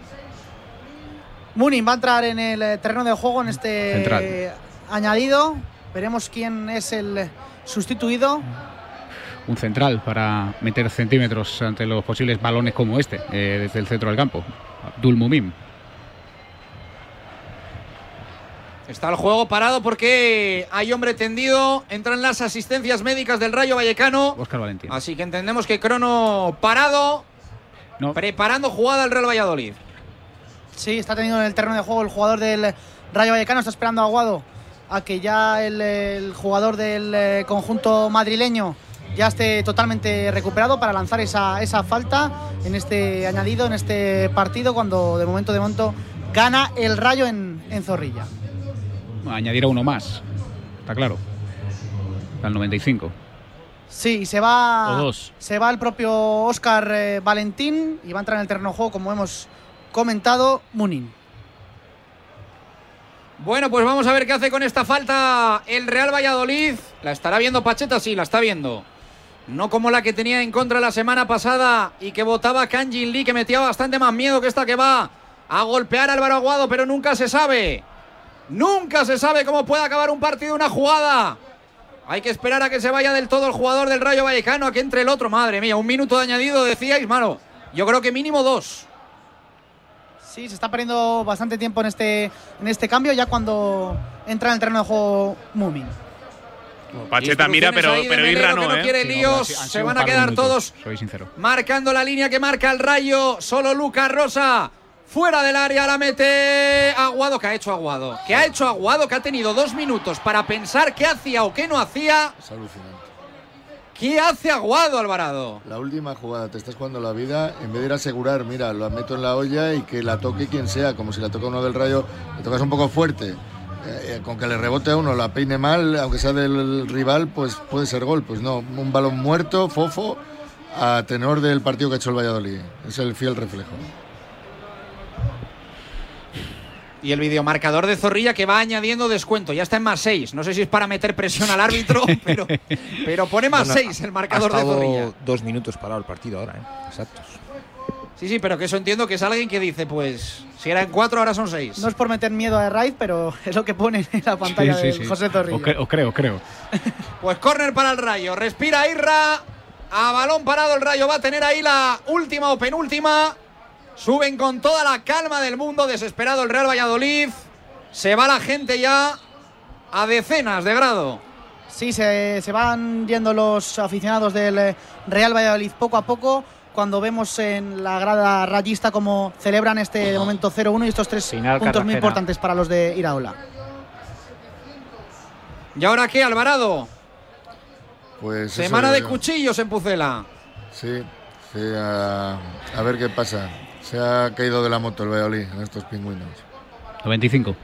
Munin va a entrar en el eh, terreno de juego en este Central. eh, añadido. Veremos quién es el sustituido. Un central para meter centímetros ante los posibles balones como este, eh, desde el centro del campo. Abdul Mumim. Está el juego parado porque hay hombre tendido. Entran las asistencias médicas del Rayo Vallecano. Óscar Valentín. Así que entendemos que crono parado. No. Preparando jugada el Real Valladolid. Sí, está teniendo en el terreno de juego el jugador del Rayo Vallecano. Está esperando a Aguado a que ya el, el jugador del eh, conjunto madrileño ya esté totalmente recuperado para lanzar esa, esa falta en este añadido, en este partido, cuando de momento de momento gana el Rayo en, en Zorrilla. Añadir a uno más. Está claro. Al noventa y cinco. Sí, y se va, O dos. se va el propio Óscar eh, Valentín y va a entrar en el terreno de juego, como hemos comentado, Munin. Bueno, pues vamos a ver qué hace con esta falta el Real Valladolid. ¿La estará viendo Pacheta? Sí, la está viendo. No como la que tenía en contra la semana pasada y que votaba Kanjin Lee, que metía bastante más miedo que esta que va a golpear a Álvaro Aguado, pero nunca se sabe. Nunca se sabe cómo puede acabar un partido, una jugada. Hay que esperar a que se vaya del todo el jugador del Rayo Vallecano, a que entre el otro. Madre mía, un minuto de añadido, decíais, mano. Yo creo que mínimo dos. Sí, se está perdiendo bastante tiempo en este, en este cambio, ya cuando entra en el terreno de juego Mumin. Pacheta mira, pero, Ahí de pero Melero, Irra que no, no ¿eh? quiere Sí, no, líos, han sido- han se sido van un a par de quedar minutos, todos soy sincero. marcando la línea que marca el Rayo. Solo Lucas Rosa Fuera del área la mete Aguado. ¿Qué ha hecho Aguado? ¿Qué ha hecho Aguado? Que ha tenido dos minutos para pensar qué hacía o qué no hacía. Es alucinante. ¿Qué hace Aguado, Alvarado? La última jugada, te estás jugando la vida. En vez de ir a asegurar, mira, lo meto en la olla y que la toque quien sea. Como si la toca uno del Rayo, le tocas un poco fuerte. Eh, con que le rebote a uno, la peine mal, aunque sea del rival, pues puede ser gol. Pues no, un balón muerto, fofo, a tenor del partido que ha hecho el Valladolid. Es el fiel reflejo. Y el videomarcador de Zorrilla que va añadiendo descuento. Ya está en más seis. No sé si es para meter presión al árbitro, pero, pero pone más Bueno, seis el marcador ha de estado Zorrilla. Dos minutos parado el partido ahora, ¿eh? Exactos. Sí, sí, pero que eso entiendo que es alguien que dice, pues, si eran cuatro, ahora son seis. No es por meter miedo a Raiz, pero es lo que pone en la pantalla Sí, sí, de sí. José Zorrilla. O, cre- o creo, creo. Pues córner para el Rayo. Respira Irra. A balón parado el Rayo va a tener ahí la última o penúltima. Suben con toda la calma del mundo. Desesperado el Real Valladolid. Se va la gente ya a decenas de grado. Sí, se, se van yendo los aficionados del Real Valladolid poco a poco. Cuando vemos en la grada rayista cómo celebran este de momento cero uno y estos tres Final puntos muy Cartagena. importantes para los de Iraola. ¿Y ahora qué, Alvarado? Pues Semana eso de yo. cuchillos en Pucela. Sí, sí, a, a ver qué pasa. Se ha caído de la moto el Valladolid en estos pingüinos. noventa y cinco.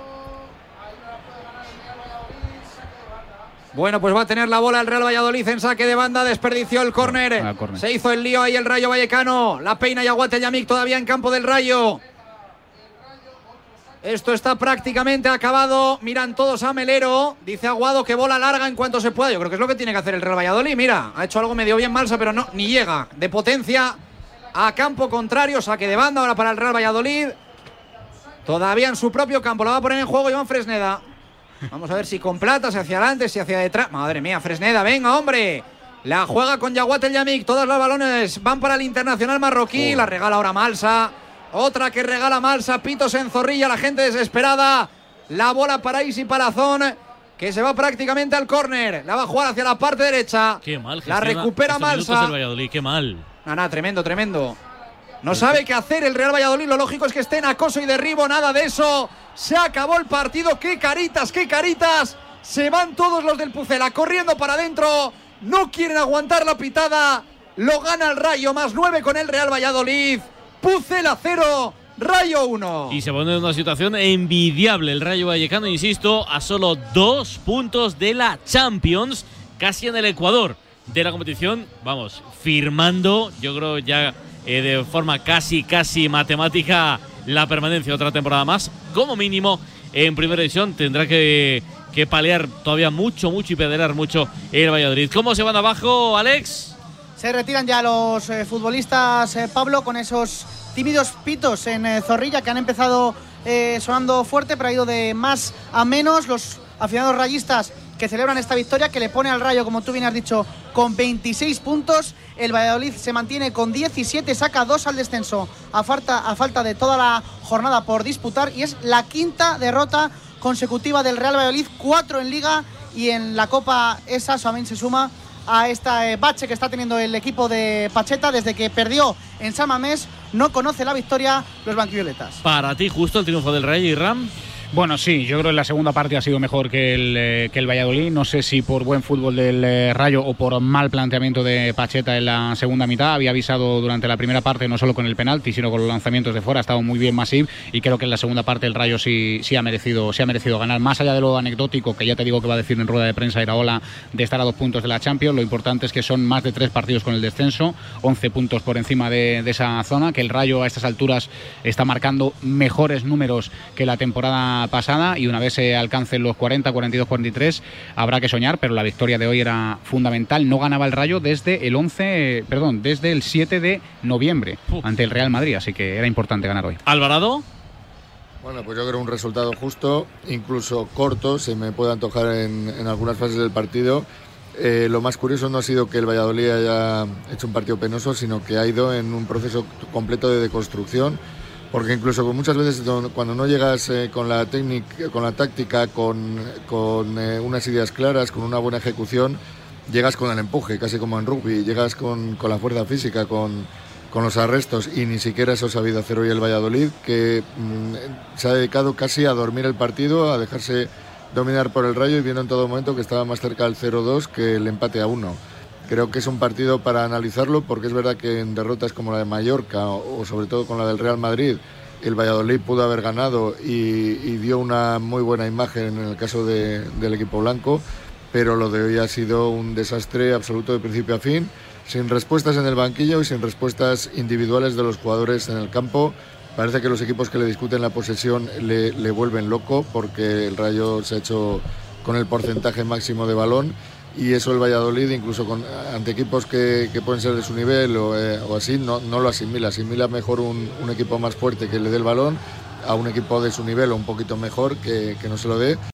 Bueno, pues va a tener la bola el Real Valladolid en saque de banda. Desperdició el córner. Ah, córner. Se hizo el lío ahí el Rayo Vallecano. La peina Yaguate Yamik todavía en campo del Rayo. Esto está prácticamente acabado. Miran todos a Melero. Dice Aguado que bola larga en cuanto se pueda. Yo creo que es lo que tiene que hacer el Real Valladolid. Mira, ha hecho algo medio bien Malsa, pero no, ni llega. De potencia a campo contrario. Saque de banda ahora para el Real Valladolid. Todavía en su propio campo. La va a poner en juego Iván Fresneda. Vamos a ver si con plata, si hacia adelante, si hacia detrás. Madre mía, Fresneda, venga, hombre. La juega con Yaguate el Yamik. Todos los balones van para el internacional marroquí. Oh. La regala ahora Malsa. Otra que regala Malsa. Pitos en Zorrilla, la gente desesperada. La bola para Isi Palazón, que se va prácticamente al córner. La va a jugar hacia la parte derecha. Qué mal. La recupera Malsa. Del Valladolid, qué mal. Nada, nada, tremendo, tremendo. No sabe qué hacer el Real Valladolid. Lo lógico es que esté en acoso y derribo. Nada de eso. Se acabó el partido. ¡Qué caritas, qué caritas! Se van todos los del Pucela corriendo para adentro. No quieren aguantar la pitada. Lo gana el Rayo. Más nueve con el Real Valladolid. Pucela cero. Rayo uno. Y se pone en una situación envidiable el Rayo Vallecano, insisto, a solo dos puntos de la Champions. Casi en el Ecuador de la competición. Vamos, firmando, yo creo ya... Eh, de forma casi, casi matemática la permanencia otra temporada más, como mínimo en primera división. Tendrá que, que palear todavía mucho, mucho y pederar mucho el Valladolid. ¿Cómo se van abajo, Alex? Se retiran ya los eh, futbolistas, eh, Pablo, con esos tímidos pitos en eh, Zorrilla que han empezado eh, sonando fuerte, pero ha ido de más a menos. Los aficionados rayistas que celebran esta victoria, que le pone al Rayo, como tú bien has dicho, con veintiséis puntos. El Valladolid se mantiene con diecisiete, saca dos al descenso a falta, a falta de toda la jornada por disputar, y es la quinta derrota consecutiva del Real Valladolid, cuatro en Liga, y en la Copa esa también se suma a esta eh, bache que está teniendo el equipo de Pacheta desde que perdió en San Mamés. No conoce la victoria los blanquivioletas. Para ti, justo el triunfo del Rayo, y Ram. Bueno, sí, yo creo que la segunda parte ha sido mejor que el, eh, que el Valladolid. No sé si por buen fútbol del eh, Rayo o por mal planteamiento de Pacheta en la segunda mitad. Había avisado durante la primera parte, no solo con el penalti, sino con los lanzamientos de fuera. Ha estado muy bien Masip, y creo que en la segunda parte el Rayo sí, sí, ha merecido, sí ha merecido ganar. Más allá de lo anecdótico, que ya te digo que va a decir en rueda de prensa Iraola, de estar a dos puntos de la Champions, lo importante es que son más de tres partidos con el descenso, once puntos por encima de, de esa zona, que el Rayo a estas alturas está marcando mejores números que la temporada pasada, y una vez se alcancen los cuarenta, cuarenta y dos, cuarenta y tres habrá que soñar, pero la victoria de hoy era fundamental. No ganaba el Rayo desde el once, perdón, desde el siete de noviembre uh. ante el Real Madrid, así que era importante ganar hoy. Alvarado. Bueno, pues yo creo un resultado justo, incluso corto, se me puede antojar en, en algunas fases del partido. Eh, lo más curioso no ha sido que el Valladolid haya hecho un partido penoso, sino que ha ido en un proceso completo de deconstrucción. Porque incluso muchas veces cuando no llegas eh, con la técnica, con la táctica, con, con eh, unas ideas claras, con una buena ejecución, llegas con el empuje, casi como en rugby, llegas con, con la fuerza física, con, con los arrestos, y ni siquiera eso ha sabido hacer hoy el Valladolid, que mmm, se ha dedicado casi a dormir el partido, a dejarse dominar por el Rayo, y viendo en todo momento que estaba más cerca del cero dos que el empate a uno. Creo que es un partido para analizarlo, porque es verdad que en derrotas como la de Mallorca o, o sobre todo con la del Real Madrid, el Valladolid pudo haber ganado y, y dio una muy buena imagen en el caso de, del equipo blanco, pero lo de hoy ha sido un desastre absoluto de principio a fin, sin respuestas en el banquillo y sin respuestas individuales de los jugadores en el campo. Parece que los equipos que le discuten la posesión le, le vuelven loco, porque el Rayo se ha hecho con el porcentaje máximo de balón, y eso el Valladolid, incluso con, ante equipos que, que pueden ser de su nivel o, eh, o así, no, no lo asimila. Asimila mejor un, un equipo más fuerte que le dé el balón a un equipo de su nivel o un poquito mejor que, que no se lo dé.